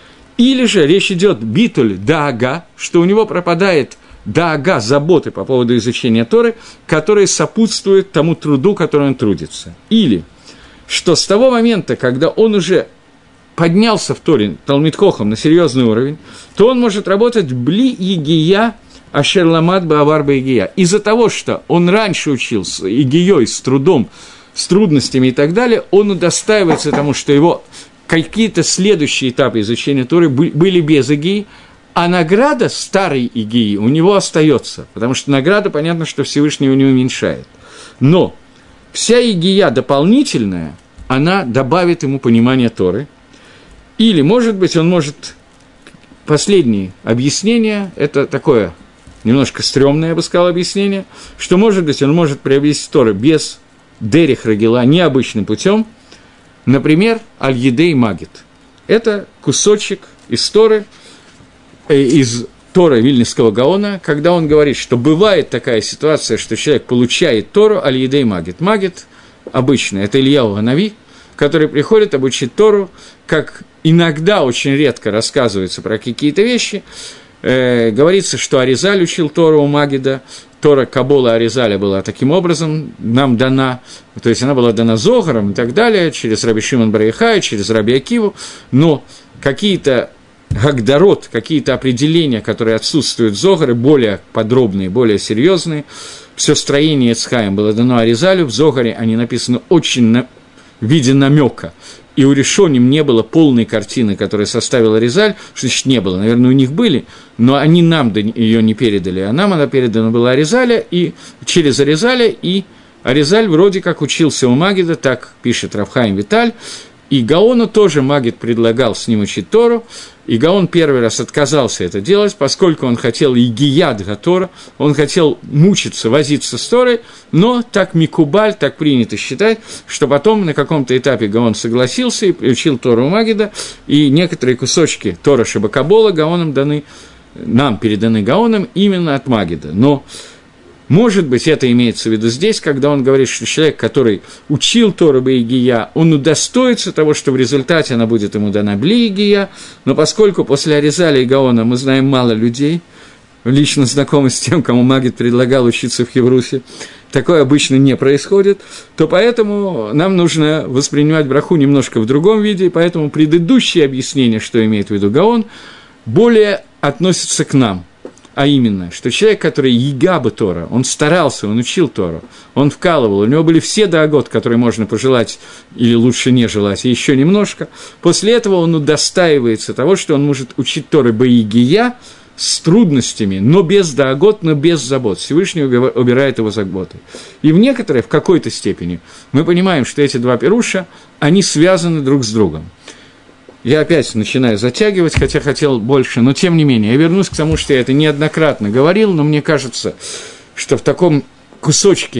Speaker 1: Или же речь идет битуль даага, что у него пропадает даага, заботы по поводу изучения Торы, которые сопутствуют тому труду, который он трудится. Или что с того момента, когда он уже поднялся в Торе Талмид Хохам на серьезный уровень, то он может работать бли игия ашерламат баавар баигия. Из-за того, что он раньше учился игией, с трудом, с трудностями и так далее, он удостаивается тому, что его какие-то следующие этапы изучения Торы были без игии, а награда старой игии у него остается, потому что награда, понятно, что Всевышний у него уменьшает. Но вся игия дополнительная, она добавит ему понимание Торы. Или, может быть, он может... Последнее объяснение, это такое немножко стрёмное, я бы сказал, объяснение, что, может быть, он может приобрести Тору без дерих рагила, необычным путем, например, аль-едей магит. Это кусочек из Торы, э, из Торы Вильнюсского Гаона, когда он говорит, что бывает такая ситуация, что человек получает Тору аль-едей магит. Магит обычно, это Ильяу ха-Нави, который приходит обучить Тору, как иногда, очень редко рассказывается про какие-то вещи. Э, говорится, что Аризаль учил Тору у Магида, Тора Кабола Аризаля была таким образом нам дана, то есть она была дана Зогаром и так далее, через Раби Шимон бар Йохай, через Раби Акиву, но какие-то гагдарот, какие-то определения, которые отсутствуют в Зогаре, более подробные, более серьезные, все строение Эцхаим было дано Аризалю, в Зогаре они написаны очень на, в виде намека. И у Ришоним не было полной картины, которую составил Аризаль, что значит не было, наверное, у них были, но они нам ее не передали, а нам она передана была Аризаля, и через Аризаля, и Аризаль вроде как учился у Магида, так пишет Рав Хаим Виталь, и Гаону тоже Магид предлагал с ним учить Тору, и Гаон первый раз отказался это делать, поскольку он хотел игияд гатора, он хотел мучиться, возиться с Торой, но так микубаль, так принято считать, что потом на каком-то этапе Гаон согласился и учил Тору у Магида, и некоторые кусочки Тора Шебакабола Гаоном даны, нам переданы Гаоном именно от Магида, но... Может быть, это имеется в виду здесь, когда он говорит, что человек, который учил Тору бе-игия, он удостоится того, что в результате она будет ему дана бли-игия, но поскольку после Аризаля и Гаона мы знаем мало людей, лично знакомы с тем, кому Магид предлагал учиться в Хеврусе, такое обычно не происходит, то поэтому нам нужно воспринимать браху немножко в другом виде, и поэтому предыдущее объяснение, что имеет в виду Гаон, более относится к нам. А именно, что человек, который егаба Тора, он старался, он учил Тору, он вкалывал, у него были все даагот, которые можно пожелать или лучше не желать, и еще немножко. После этого он удостаивается того, что он может учить Тору бе-игия с трудностями, но без даагот, но без забот. Всевышний убирает его заботы. И в некоторой, в какой-то степени, мы понимаем, что эти два пируша, они связаны друг с другом. Я опять начинаю затягивать, хотя хотел больше, но тем не менее, я вернусь к тому, что я это неоднократно говорил, но мне кажется, что в таком кусочке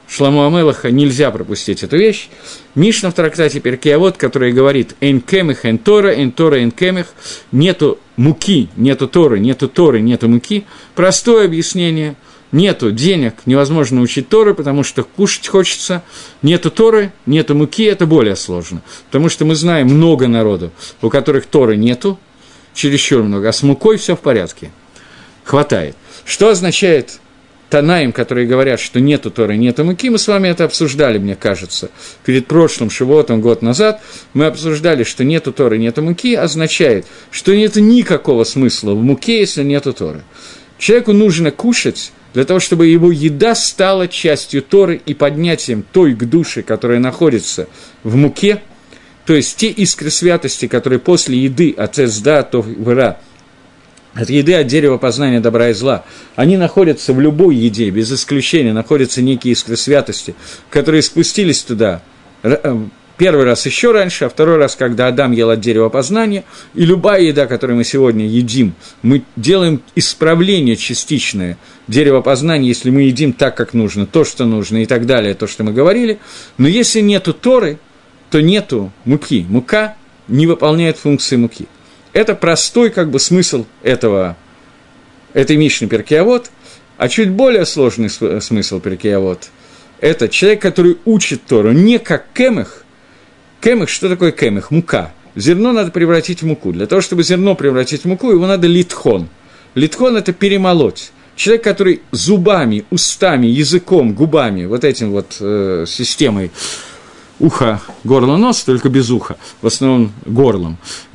Speaker 1: Шломо а-Мелеха нельзя пропустить эту вещь. Мишна в трактате Перкей Авот, который говорит «Эйн кемех, эйн Тора, эйн Тора, эйн кемех», нету муки, нету Торы, нету Торы, нету муки. Простое объяснение. Нету денег, невозможно учить Торы, потому что кушать хочется. Нету Торы, нету муки, это более сложно. Потому что мы знаем много народу, у которых Торы нету, чересчур много, а с мукой все в порядке. Хватает. Что означает Танаим, которые говорят, что нету Торы, нету муки? Мы с вами это обсуждали, мне кажется, перед прошлым Шивотом, год назад. Мы обсуждали, что нету Торы, нету муки, означает, что нету никакого смысла в муке, если нету Торы. Человеку нужно кушать для того, чтобы его еда стала частью Торы и поднятием той гдуши, которая находится в муке, то есть те искры святости, которые после еды от эзда, то вера, от еды от дерева познания добра и зла, они находятся в любой еде, без исключения, находятся некие искры святости, которые спустились туда первый раз еще раньше, а второй раз, когда Адам ел от дерева познания, и любая еда, которую мы сегодня едим, мы делаем исправление частичное дерева познания, если мы едим так, как нужно, то, что нужно и так далее, то, что мы говорили, но если нету Торы, то нету муки, мука не выполняет функции муки. Это простой как бы смысл этого, этой Мишны Перкей Авот, а чуть более сложный смысл Перкей Авот – это человек, который учит Тору не как кемех. Кемех, что такое кемех? Мука. Зерно надо превратить в муку. Для того, чтобы зерно превратить в муку, его надо литхон. Литхон – это перемолоть. Человек, который зубами, устами, языком, губами, вот этим вот э, системой ухо, горло, нос, только без уха, в основном горлом,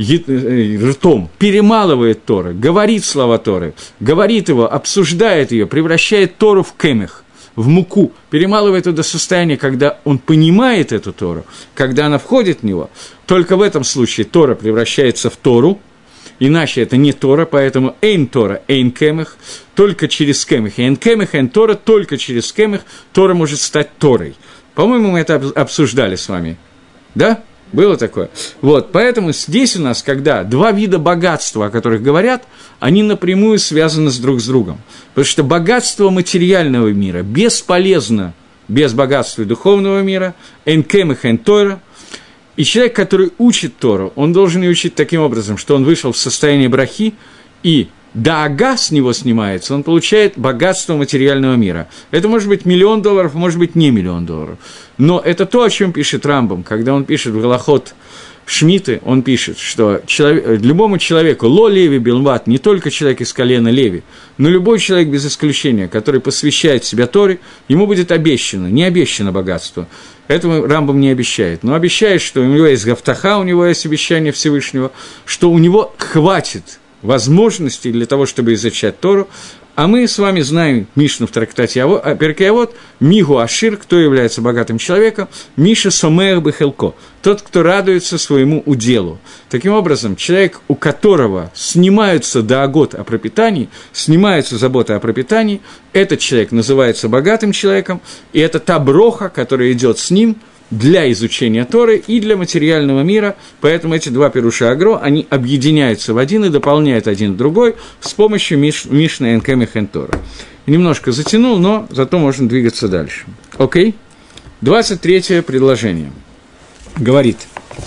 Speaker 1: ртом, перемалывает Тору, говорит слова Торы, говорит его, обсуждает ее, превращает Тору в кемех, в муку, перемалывает ее до состояния, когда он понимает эту Тору, когда она входит в него. Только в этом случае Тора превращается в Тору, иначе это не Тора, поэтому эйн Тора, эйн кемех, только через кемех, эйн кемех, эйн Тора, только через кемех Тора может стать Торой. По-моему, мы это обсуждали с вами. Да? Было такое? Вот, поэтому здесь у нас, когда два вида богатства, о которых говорят, они напрямую связаны с друг с другом. Потому что богатство материального мира бесполезно без богатства духовного мира, эн кемех, эн Тора. И человек, который учит Тору, он должен ее учить таким образом, что он вышел в состояние брахи, и даага с него снимается, он получает богатство материального мира. Это может быть миллион долларов, может быть не миллион долларов. Но это то, о чем пишет Рамбам, когда он пишет в Галахот Шмиты, он пишет, что человек, любому человеку, ло Леви Билват, не только человек из колена Леви, но любой человек без исключения, который посвящает себя Торе, ему будет обещано, не обещано богатство. Этому Рамбам не обещает, но обещает, что у него есть гафтаха, у него есть обещание Всевышнего, что у него хватит возможностей для того, чтобы изучать Тору, а мы с вами знаем Мишну в трактате Перкей Авот, Мигу Ашир, кто является богатым человеком, Миша Сомех Бехелко, тот, кто радуется своему уделу. Таким образом, человек, у которого снимаются даагот о пропитании, снимаются заботы о пропитании, этот человек называется богатым человеком, и это та броха, которая идет с ним, для изучения Торы и для материального мира, поэтому эти два пируша агро, они объединяются в один и дополняют один другой с помощью Миш, Мишны Энкемех Эн Тора. Немножко затянул, но зато можно двигаться дальше. Окей? двадцать третье предложение. Говорит.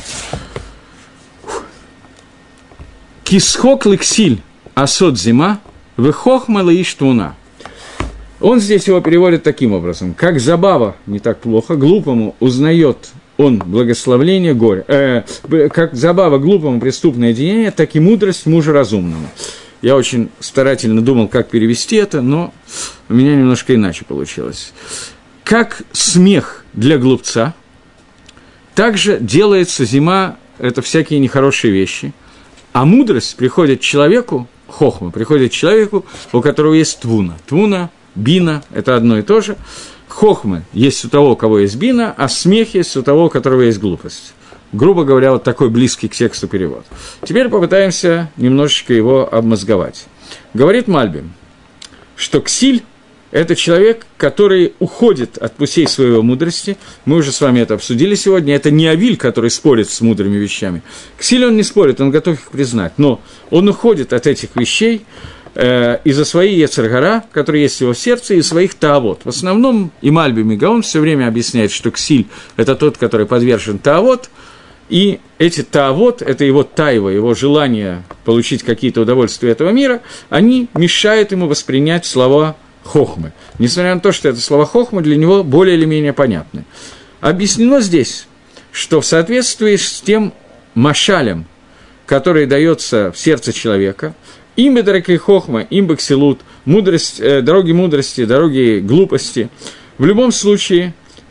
Speaker 1: Кисхок лексиль асот зима, выхохма лаиш твуна. Он здесь его переводит таким образом. Как забава, не так плохо, глупому узнает он благословление горе. Э, как забава глупому преступное деяние, так и мудрость мужу разумному. Я очень старательно думал, как перевести это, но у меня немножко иначе получилось. Как смех для глупца, также делается зима, это всякие нехорошие вещи, а мудрость приходит человеку, хохма, приходит человеку, у которого есть твуна. Твуна, бина – это одно и то же. Хохма есть у того, у кого есть бина, а смех есть у того, у которого есть глупость. Грубо говоря, вот такой близкий к тексту перевод. Теперь попытаемся немножечко его обмозговать. Говорит Мальбим, что ксиль – это человек, который уходит от путей своей мудрости. Мы уже с вами это обсудили сегодня. Это не авиль, который спорит с мудрыми вещами. Ксиль он не спорит, он готов их признать. Но он уходит от этих вещей, э, из-за своей Йецер гара, которая есть в его сердце, и своих таавот. В основном и Мальбим, и Гаон все время объясняет, что ксиль – это тот, который подвержен таавот, и эти таавот, это его тайва, его желание получить какие-то удовольствия этого мира, они мешают ему воспринять слова хохмы. Несмотря на то, что это слова хохмы для него более или менее понятны. Объяснено здесь, что в соответствии с тем машалем, который дается в сердце человека, им бедаракей хохма, им баксилут, мудрость, э, дороги мудрости, дороги глупости, в любом случае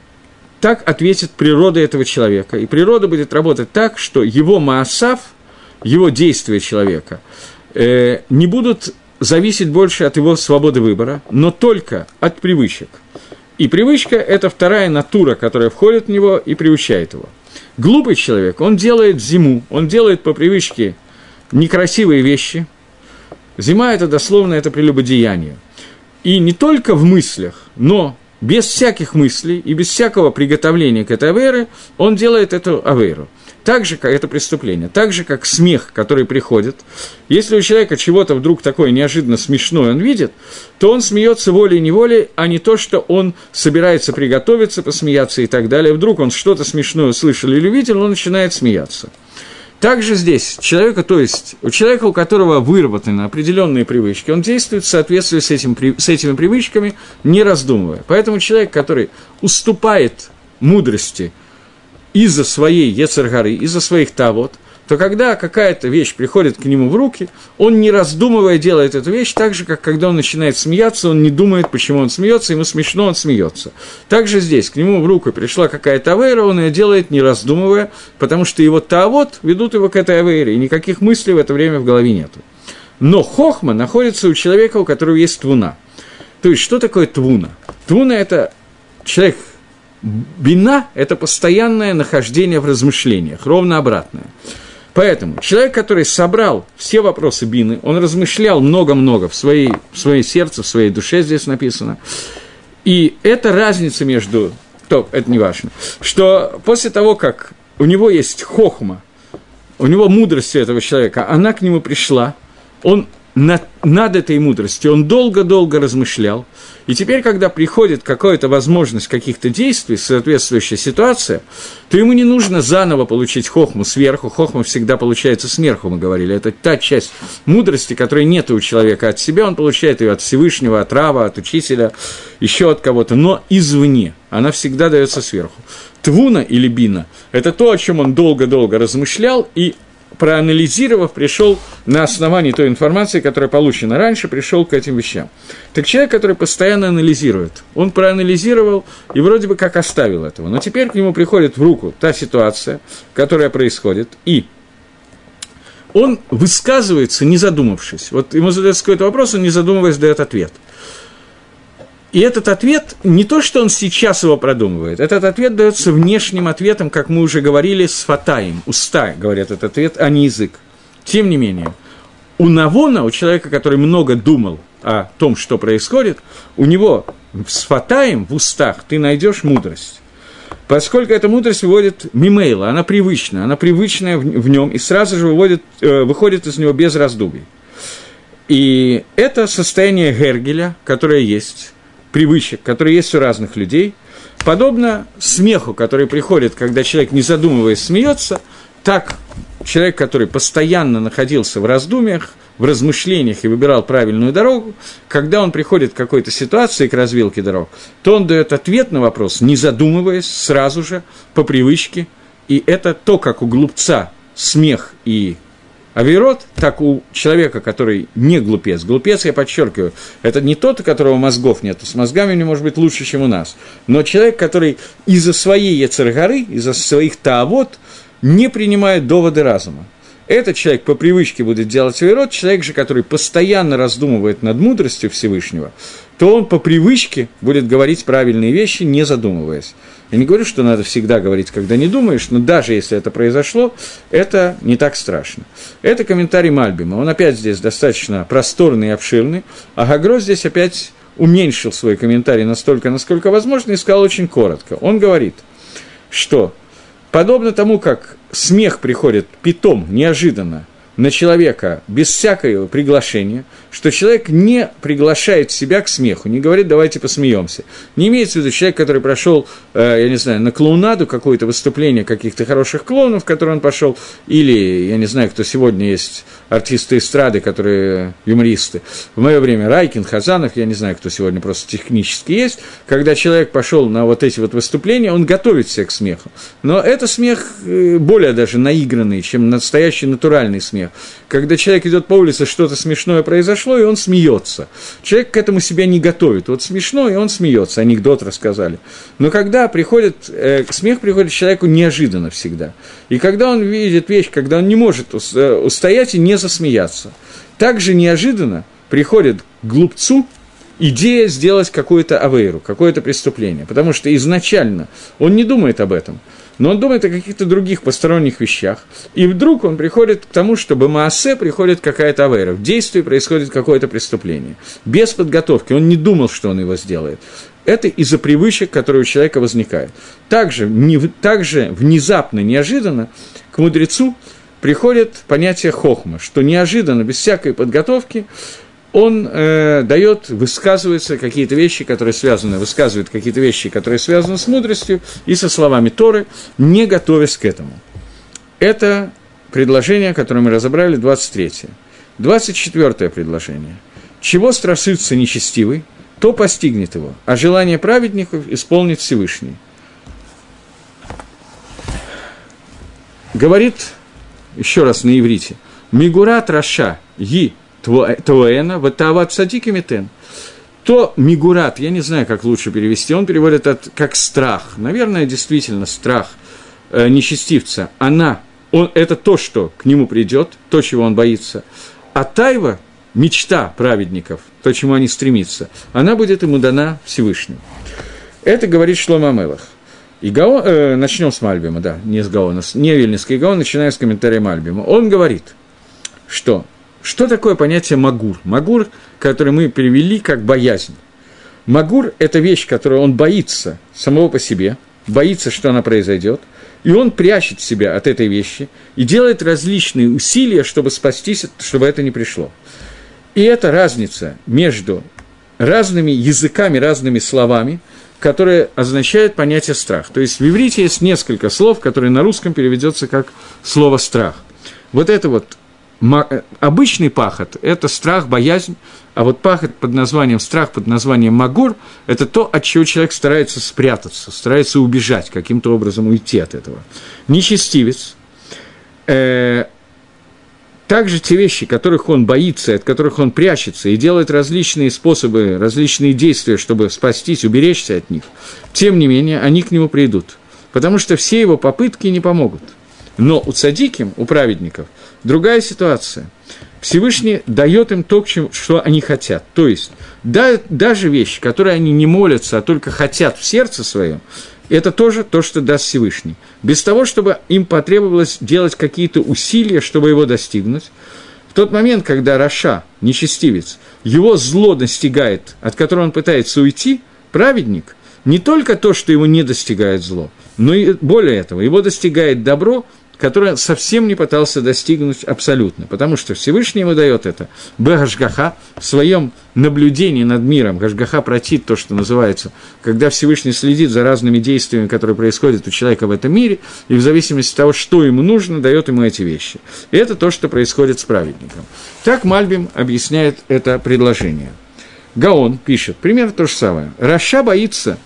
Speaker 1: так ответит природа этого человека. И природа будет работать так, что его маасав, его действия человека, э, не будут зависеть больше от его свободы выбора, но только от привычек. И привычка – это вторая натура, которая входит в него и приучает его. Глупый человек, он делает зиму, он делает по привычке некрасивые вещи. Зима – это дословно, это прелюбодеяние. И не только в мыслях, но без всяких мыслей и без всякого приготовления к этой авейре он делает эту авейру. Так же, как это преступление, так же, как смех, который приходит. Если у человека чего-то вдруг такое неожиданно смешное он видит, то он смеется волей-неволей, а не то, что он собирается приготовиться, посмеяться и так далее. Вдруг он что-то смешное услышал или увидел, он начинает смеяться. Также здесь человека, то есть у человека, у которого выработаны определенные привычки, он действует в соответствии с, этим, с этими привычками, не раздумывая. Поэтому человек, который уступает мудрости из-за своей Йецер гары, из-за своих тавот, то когда какая-то вещь приходит к нему в руки, он, не раздумывая, делает эту вещь так же, как когда он начинает смеяться, он не думает, почему он смеется, ему смешно, он смеется. Также здесь к нему в руку пришла какая-то авейра, он ее делает, не раздумывая, потому что его тавот ведут его к этой авейре, и никаких мыслей в это время в голове нету. Но хохма находится у человека, у которого есть твуна. То есть, что такое твуна? Твуна – это человек. Бина – это постоянное нахождение в размышлениях, ровно обратное. Поэтому человек, который собрал все вопросы бины, он размышлял много-много в своей, в своей сердце, в своей душе, здесь написано. И это разница между, то, это не важно, что после того, как у него есть хохма, у него мудрость этого человека, она к нему пришла, он над, над этой мудростью, он долго-долго размышлял, и теперь, когда приходит какая-то возможность каких-то действий, соответствующая ситуация, то ему не нужно заново получить хохму сверху. Хохма всегда получается сверху, мы говорили. Это та часть мудрости, которой нет у человека от себя. Он получает ее от Всевышнего, от Рава, от учителя, еще от кого-то, но извне. Она всегда дается сверху. Твуна или бина – это то, о чем он долго-долго размышлял и, проанализировав, пришел на основании той информации, которая получена раньше, пришел к этим вещам. Так человек, который постоянно анализирует, он проанализировал и вроде бы как оставил этого, но теперь к нему приходит в руку та ситуация, которая происходит, и он высказывается, не задумавшись. Вот ему задается какой-то вопрос, он, не задумываясь, дает ответ. И этот ответ, не то, что он сейчас его продумывает, этот ответ дается внешним ответом, как мы уже говорили, с фатаем, уста говорят этот ответ, а не язык. Тем не менее, у Навона, у человека, который много думал о том, что происходит, у него с фатаем в устах ты найдешь мудрость. Поскольку эта мудрость выводит мимейла, она привычная, она привычная в нем, и сразу же выводит, выходит из него без раздумий. И это состояние Гергеля, которое есть, привычек, которые есть у разных людей, подобно смеху, который приходит, когда человек, не задумываясь, смеется, так человек, который постоянно находился в раздумьях, в размышлениях и выбирал правильную дорогу, когда он приходит к какой-то ситуации, к развилке дорог, то он дает ответ на вопрос, не задумываясь, сразу же, по привычке, и это то, как у глупца смех и авейрот, так у человека, который не глупец. Глупец, я подчеркиваю, это не тот, у которого мозгов нет, с мозгами у него может быть лучше, чем у нас, но человек, который из-за своей Йецер гары, из-за своих таавот не принимает доводы разума. Этот человек по привычке будет делать авейрот, человек же, который постоянно раздумывает над мудростью Всевышнего, то он по привычке будет говорить правильные вещи, не задумываясь. Я не говорю, что надо всегда говорить, когда не думаешь, но даже если это произошло, это не так страшно. Это комментарий Мальбима. Он опять здесь достаточно просторный и обширный, а Гагро здесь опять уменьшил свой комментарий настолько, насколько возможно, и сказал очень коротко. Он говорит, что подобно тому, как смех приходит питом, неожиданно, на человека без всякого приглашения, что человек не приглашает себя к смеху, не говорит «давайте посмеемся». Не имеется в виду человек, который прошел, э, я не знаю, на клоунаду, какое-то выступление каких-то хороших клоунов, в которые он пошел, или, я не знаю, кто сегодня есть артисты эстрады, которые юмористы. В мое время Райкин, Хазанов, я не знаю, кто сегодня просто технически есть. Когда человек пошел на вот эти вот выступления, он готовит себя к смеху. Но это смех более даже наигранный, чем настоящий натуральный смех. Когда человек идет по улице, что-то смешное произошло, и он смеется. Человек к этому себя не готовит. Вот смешно, и он смеется. Анекдот рассказали. Но когда приходит, э, смех приходит человеку неожиданно всегда. И когда он видит вещь, когда он не может устоять и не засмеяться. Также неожиданно приходит к глупцу идея сделать какую-то авейру, какое-то преступление. Потому что изначально он не думает об этом. Но он думает о каких-то других посторонних вещах, и вдруг он приходит к тому, что бмаасе приходит какая-то авейра, в действии происходит какое-то преступление. Без подготовки, он не думал, что он его сделает. Это из-за привычек, которые у человека возникают. Также, не, также внезапно, неожиданно к мудрецу приходит понятие хохма, что неожиданно, без всякой подготовки, он э, дает, высказывается какие-то вещи, которые связаны, высказывает какие-то вещи, которые связаны с мудростью и со словами Торы, не готовясь к этому. Это предложение, которое мы разобрали, двадцать третье. двадцать четвёртое предложение. «Чего страшится нечестивый, то постигнет его, а желание праведников исполнит Всевышний». Говорит, еще раз на иврите, «Мигурат раша ги Тоэна, ватават садик и метен». То мигурат, я не знаю, как лучше перевести, он переводит это как страх. Наверное, действительно, страх э, нечестивца. Она, он, это то, что к нему придет, то, чего он боится. А тайва, мечта праведников, то, чему они стремятся, она будет ему дана Всевышним. Это говорит Шломо Амелех. И Гаон, э, начнем с Мальбима, да, не с Гаона, не Вильнинский Гаон, начиная с комментария Мальбима. Он говорит, что... Что такое понятие магур? Магур, который мы перевели как боязнь. Магур – это вещь, которую он боится самого по себе, боится, что она произойдет, и он прячет себя от этой вещи и делает различные усилия, чтобы спастись, чтобы это не пришло. И это разница между разными языками, разными словами, которые означают понятие страх. То есть в иврите есть несколько слов, которые на русском переведется как слово «страх». Вот это вот обычный пахот – это страх, боязнь, а вот пахот под названием, страх под названием магур – это то, от чего человек старается спрятаться, старается убежать, каким-то образом уйти от этого. Нечестивец э, – также те вещи, которых он боится, от которых он прячется и делает различные способы, различные действия, чтобы спастись, уберечься от них, тем не менее, они к нему придут, потому что все его попытки не помогут. Но у цадиким, у праведников, другая ситуация. Всевышний дает им то, что они хотят. То есть, да, даже вещи, которые они не молятся, а только хотят в сердце своем, это тоже то, что даст Всевышний. Без того, чтобы им потребовалось делать какие-то усилия, чтобы его достигнуть. В тот момент, когда раша, нечестивец, его зло достигает, от которого он пытается уйти, праведник, не только то, что его не достигает зло, но и более этого, его достигает добро, которое совсем не пытался достигнуть абсолютно, потому что Всевышний ему дает это б-гашгаха, в своем наблюдении над миром. Гашгаха протит, то, что называется, когда Всевышний следит за разными действиями, которые происходят у человека в этом мире, и в зависимости от того, что ему нужно, дает ему эти вещи. И это то, что происходит с праведником. Так Мальбим объясняет это предложение. Гаон пишет примерно то же самое. Раша боится...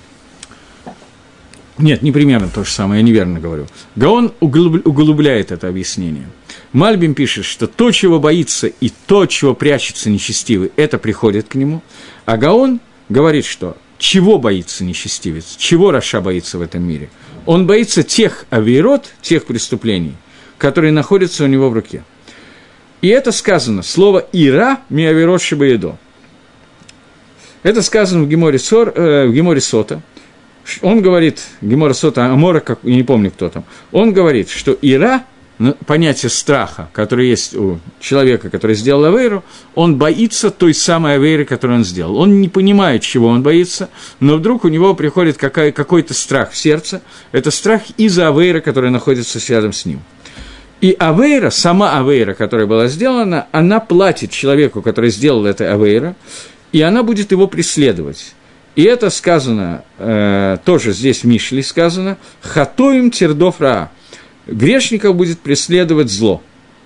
Speaker 1: Нет, не примерно то же самое, я неверно говорю. Гаон углубляет это объяснение. Мальбим пишет, что то, чего боится, и то, чего прячется нечестивый, это приходит к нему. А Гаон говорит, что чего боится нечестивец, чего раша боится в этом мире. Он боится тех авейрот, тех преступлений, которые находятся у него в руке. И это сказано, слово «ира» ми авейрот шебаедо. Это сказано в Геморе, Сор, э, в Геморе Сота. Он говорит, Гемора Сота, Амора, как, я не помню, кто там, он говорит, что ира, понятие страха, которое есть у человека, который сделал авейру, он боится той самой авейры, которую он сделал. Он не понимает, чего он боится, но вдруг у него приходит какая, какой-то страх в сердце. Это страх из-за авейры, которая находится рядом с ним. И авейра, сама авейра, которая была сделана, она платит человеку, который сделал это авейра, и она будет его преследовать. И это сказано, э, тоже здесь в Мишле сказано, «Хатоим тирдов раа». Грешников будет преследовать зло.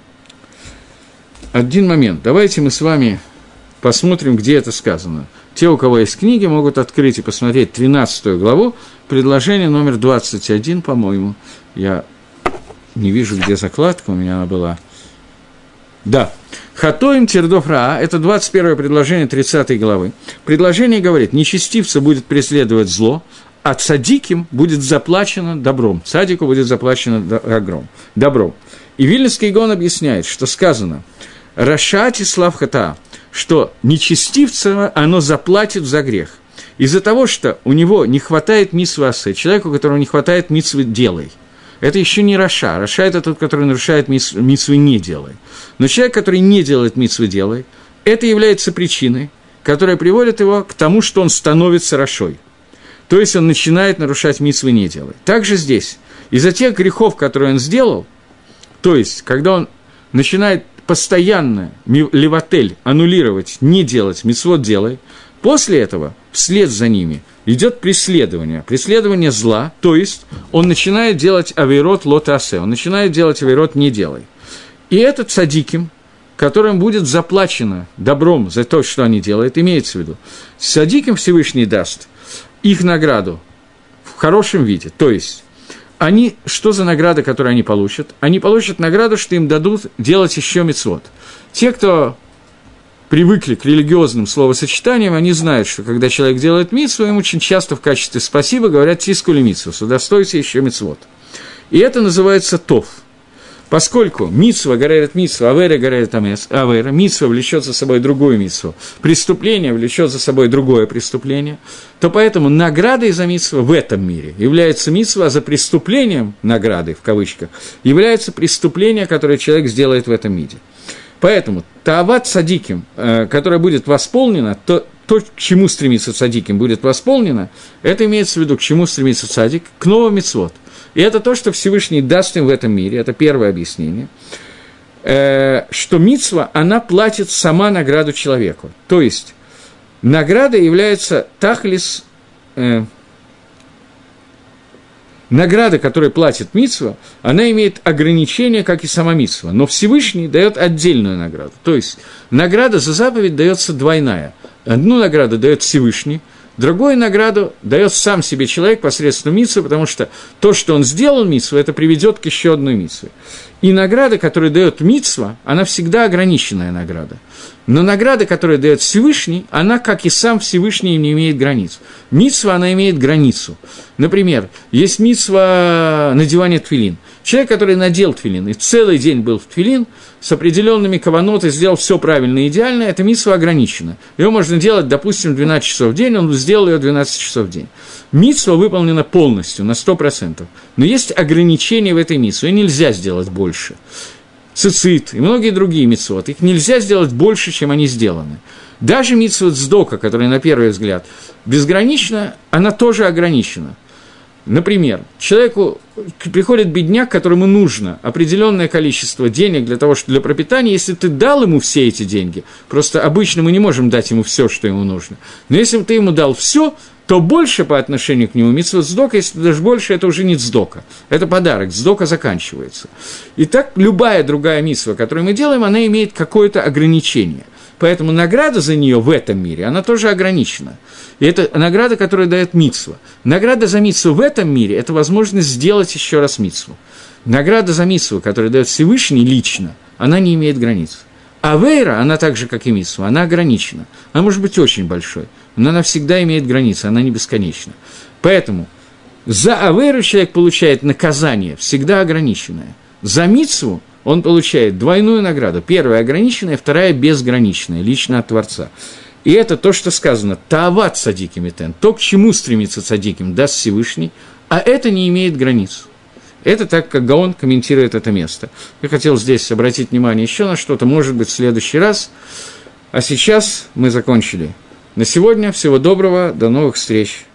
Speaker 1: Один момент. Давайте мы с вами посмотрим, где это сказано. Те, у кого есть книги, могут открыть и посмотреть тринадцатую главу, предложение номер двадцать один, по-моему. Я не вижу, где закладка, у меня она была. Да. «Хатоим тирдов раа» – это двадцать первое предложение тридцатой главы. Предложение говорит, нечестивца будет преследовать зло, а цадиким будет заплачено добром. Цадику будет заплачено добром. И Вильнюсский Гаон объясняет, что сказано «Рашати слав хата», что нечестивца оно заплатит за грех. Из-за того, что у него не хватает мицвы асе, человеку, у которого не хватает мицвы делай. Это еще не раша. Раша – это тот, который нарушает мицвы не делай. Но человек, который не делает мицвы делай, это является причиной, которая приводит его к тому, что он становится рашой. То есть он начинает нарушать мицвы не делай. Также здесь. Из-за тех грехов, которые он сделал, то есть когда он начинает постоянно леватель, аннулировать, не делать, мицвот делай, после этого, вслед за ними, идет преследование, преследование зла, то есть он начинает делать авейрот лотасе, он начинает делать авейрот не делай. И этот цадиким, которым будет заплачено добром за то, что они делают, имеется в виду, цадиким Всевышний даст их награду в хорошем виде, то есть они, что за награда, которую они получат? Они получат награду, что им дадут делать еще мицвот. Те, кто привыкли к религиозным словосочетаниям, они знают, что когда человек делает мицву, им очень часто в качестве спасибо говорят «тискули мицву», «удостойте еще мицвот». И это называется тов. Поскольку мицва горит мицва, авера горит авера, мицва влечет за собой другую мицву, преступление влечет за собой другое преступление, то поэтому наградой за мицву в этом мире является мицва, а за преступлением, наградой в кавычках, является преступление, которое человек сделает в этом мире. Поэтому таават цадиким, которое будет восполнено, то, то, к чему стремится цадиким, будет восполнено, это имеется в виду, к чему стремится цадик, к новым мицвот. И это то, что Всевышний даст им в этом мире, это первое объяснение, э, что мицва, она платит сама награду человеку. То есть награда является тахлис, э, награда, которую платит мицва, она имеет ограничения, как и сама мицва, но Всевышний дает отдельную награду. То есть награда за заповедь дается двойная. Одну награду дает Всевышний, другую награду дает сам себе человек посредством мицвы, потому что то, что он сделал мицву, это приведет к еще одной мицве. И награда, которую дает мицва, она всегда ограниченная награда. Но награда, которую дает Всевышний, она, как и сам Всевышний, не имеет границ. Мицва, она имеет границу. Например, есть мицва надевания тфилин. Человек, который надел тфилин и целый день был в тфилин, с определенными каванот и сделал все правильно и идеально, эта мицва ограничена. Ее можно делать, допустим, двенадцать часов в день, он сделал ее двенадцать часов в день. Мицва выполнена полностью, на сто процентов. Но есть ограничения в этой мицве, ее нельзя сделать больше. Цицит и многие другие мицвот, их нельзя сделать больше, чем они сделаны. Даже мицвот сдока, которая на первый взгляд безгранична, она тоже ограничена. Например, человеку приходит бедняк, которому нужно определенное количество денег для того, что для пропитания, если ты дал ему все эти деньги, просто обычно мы не можем дать ему все, что ему нужно, но если ты ему дал все, то больше по отношению к нему мицвот сдока, если даже больше, это уже не сдока, это подарок, сдока заканчивается. И так любая другая мицва, которую мы делаем, она имеет какое-то ограничение. Поэтому награда за нее в этом мире, она тоже ограничена. И это награда, которую дает мицва. Награда за мицву в этом мире – это возможность сделать еще раз мицву. Награда за мицву, которую дает Всевышний лично, она не имеет границ. А вейра, она так же, как и мицва, она ограничена. Она может быть очень большой, но она всегда имеет границы, она не бесконечна. Поэтому за авейру человек получает наказание, всегда ограниченное. За мицву он получает двойную награду. Первая ограниченная, вторая безграничная, лично от Творца. И это то, что сказано «Таават цадиким итен», то, к чему стремится цадиким, даст Всевышний, а это не имеет границ. Это так, как Гаон комментирует это место. Я хотел здесь обратить внимание еще на что-то, может быть, в следующий раз. А сейчас мы закончили. На сегодня всего доброго, до новых встреч.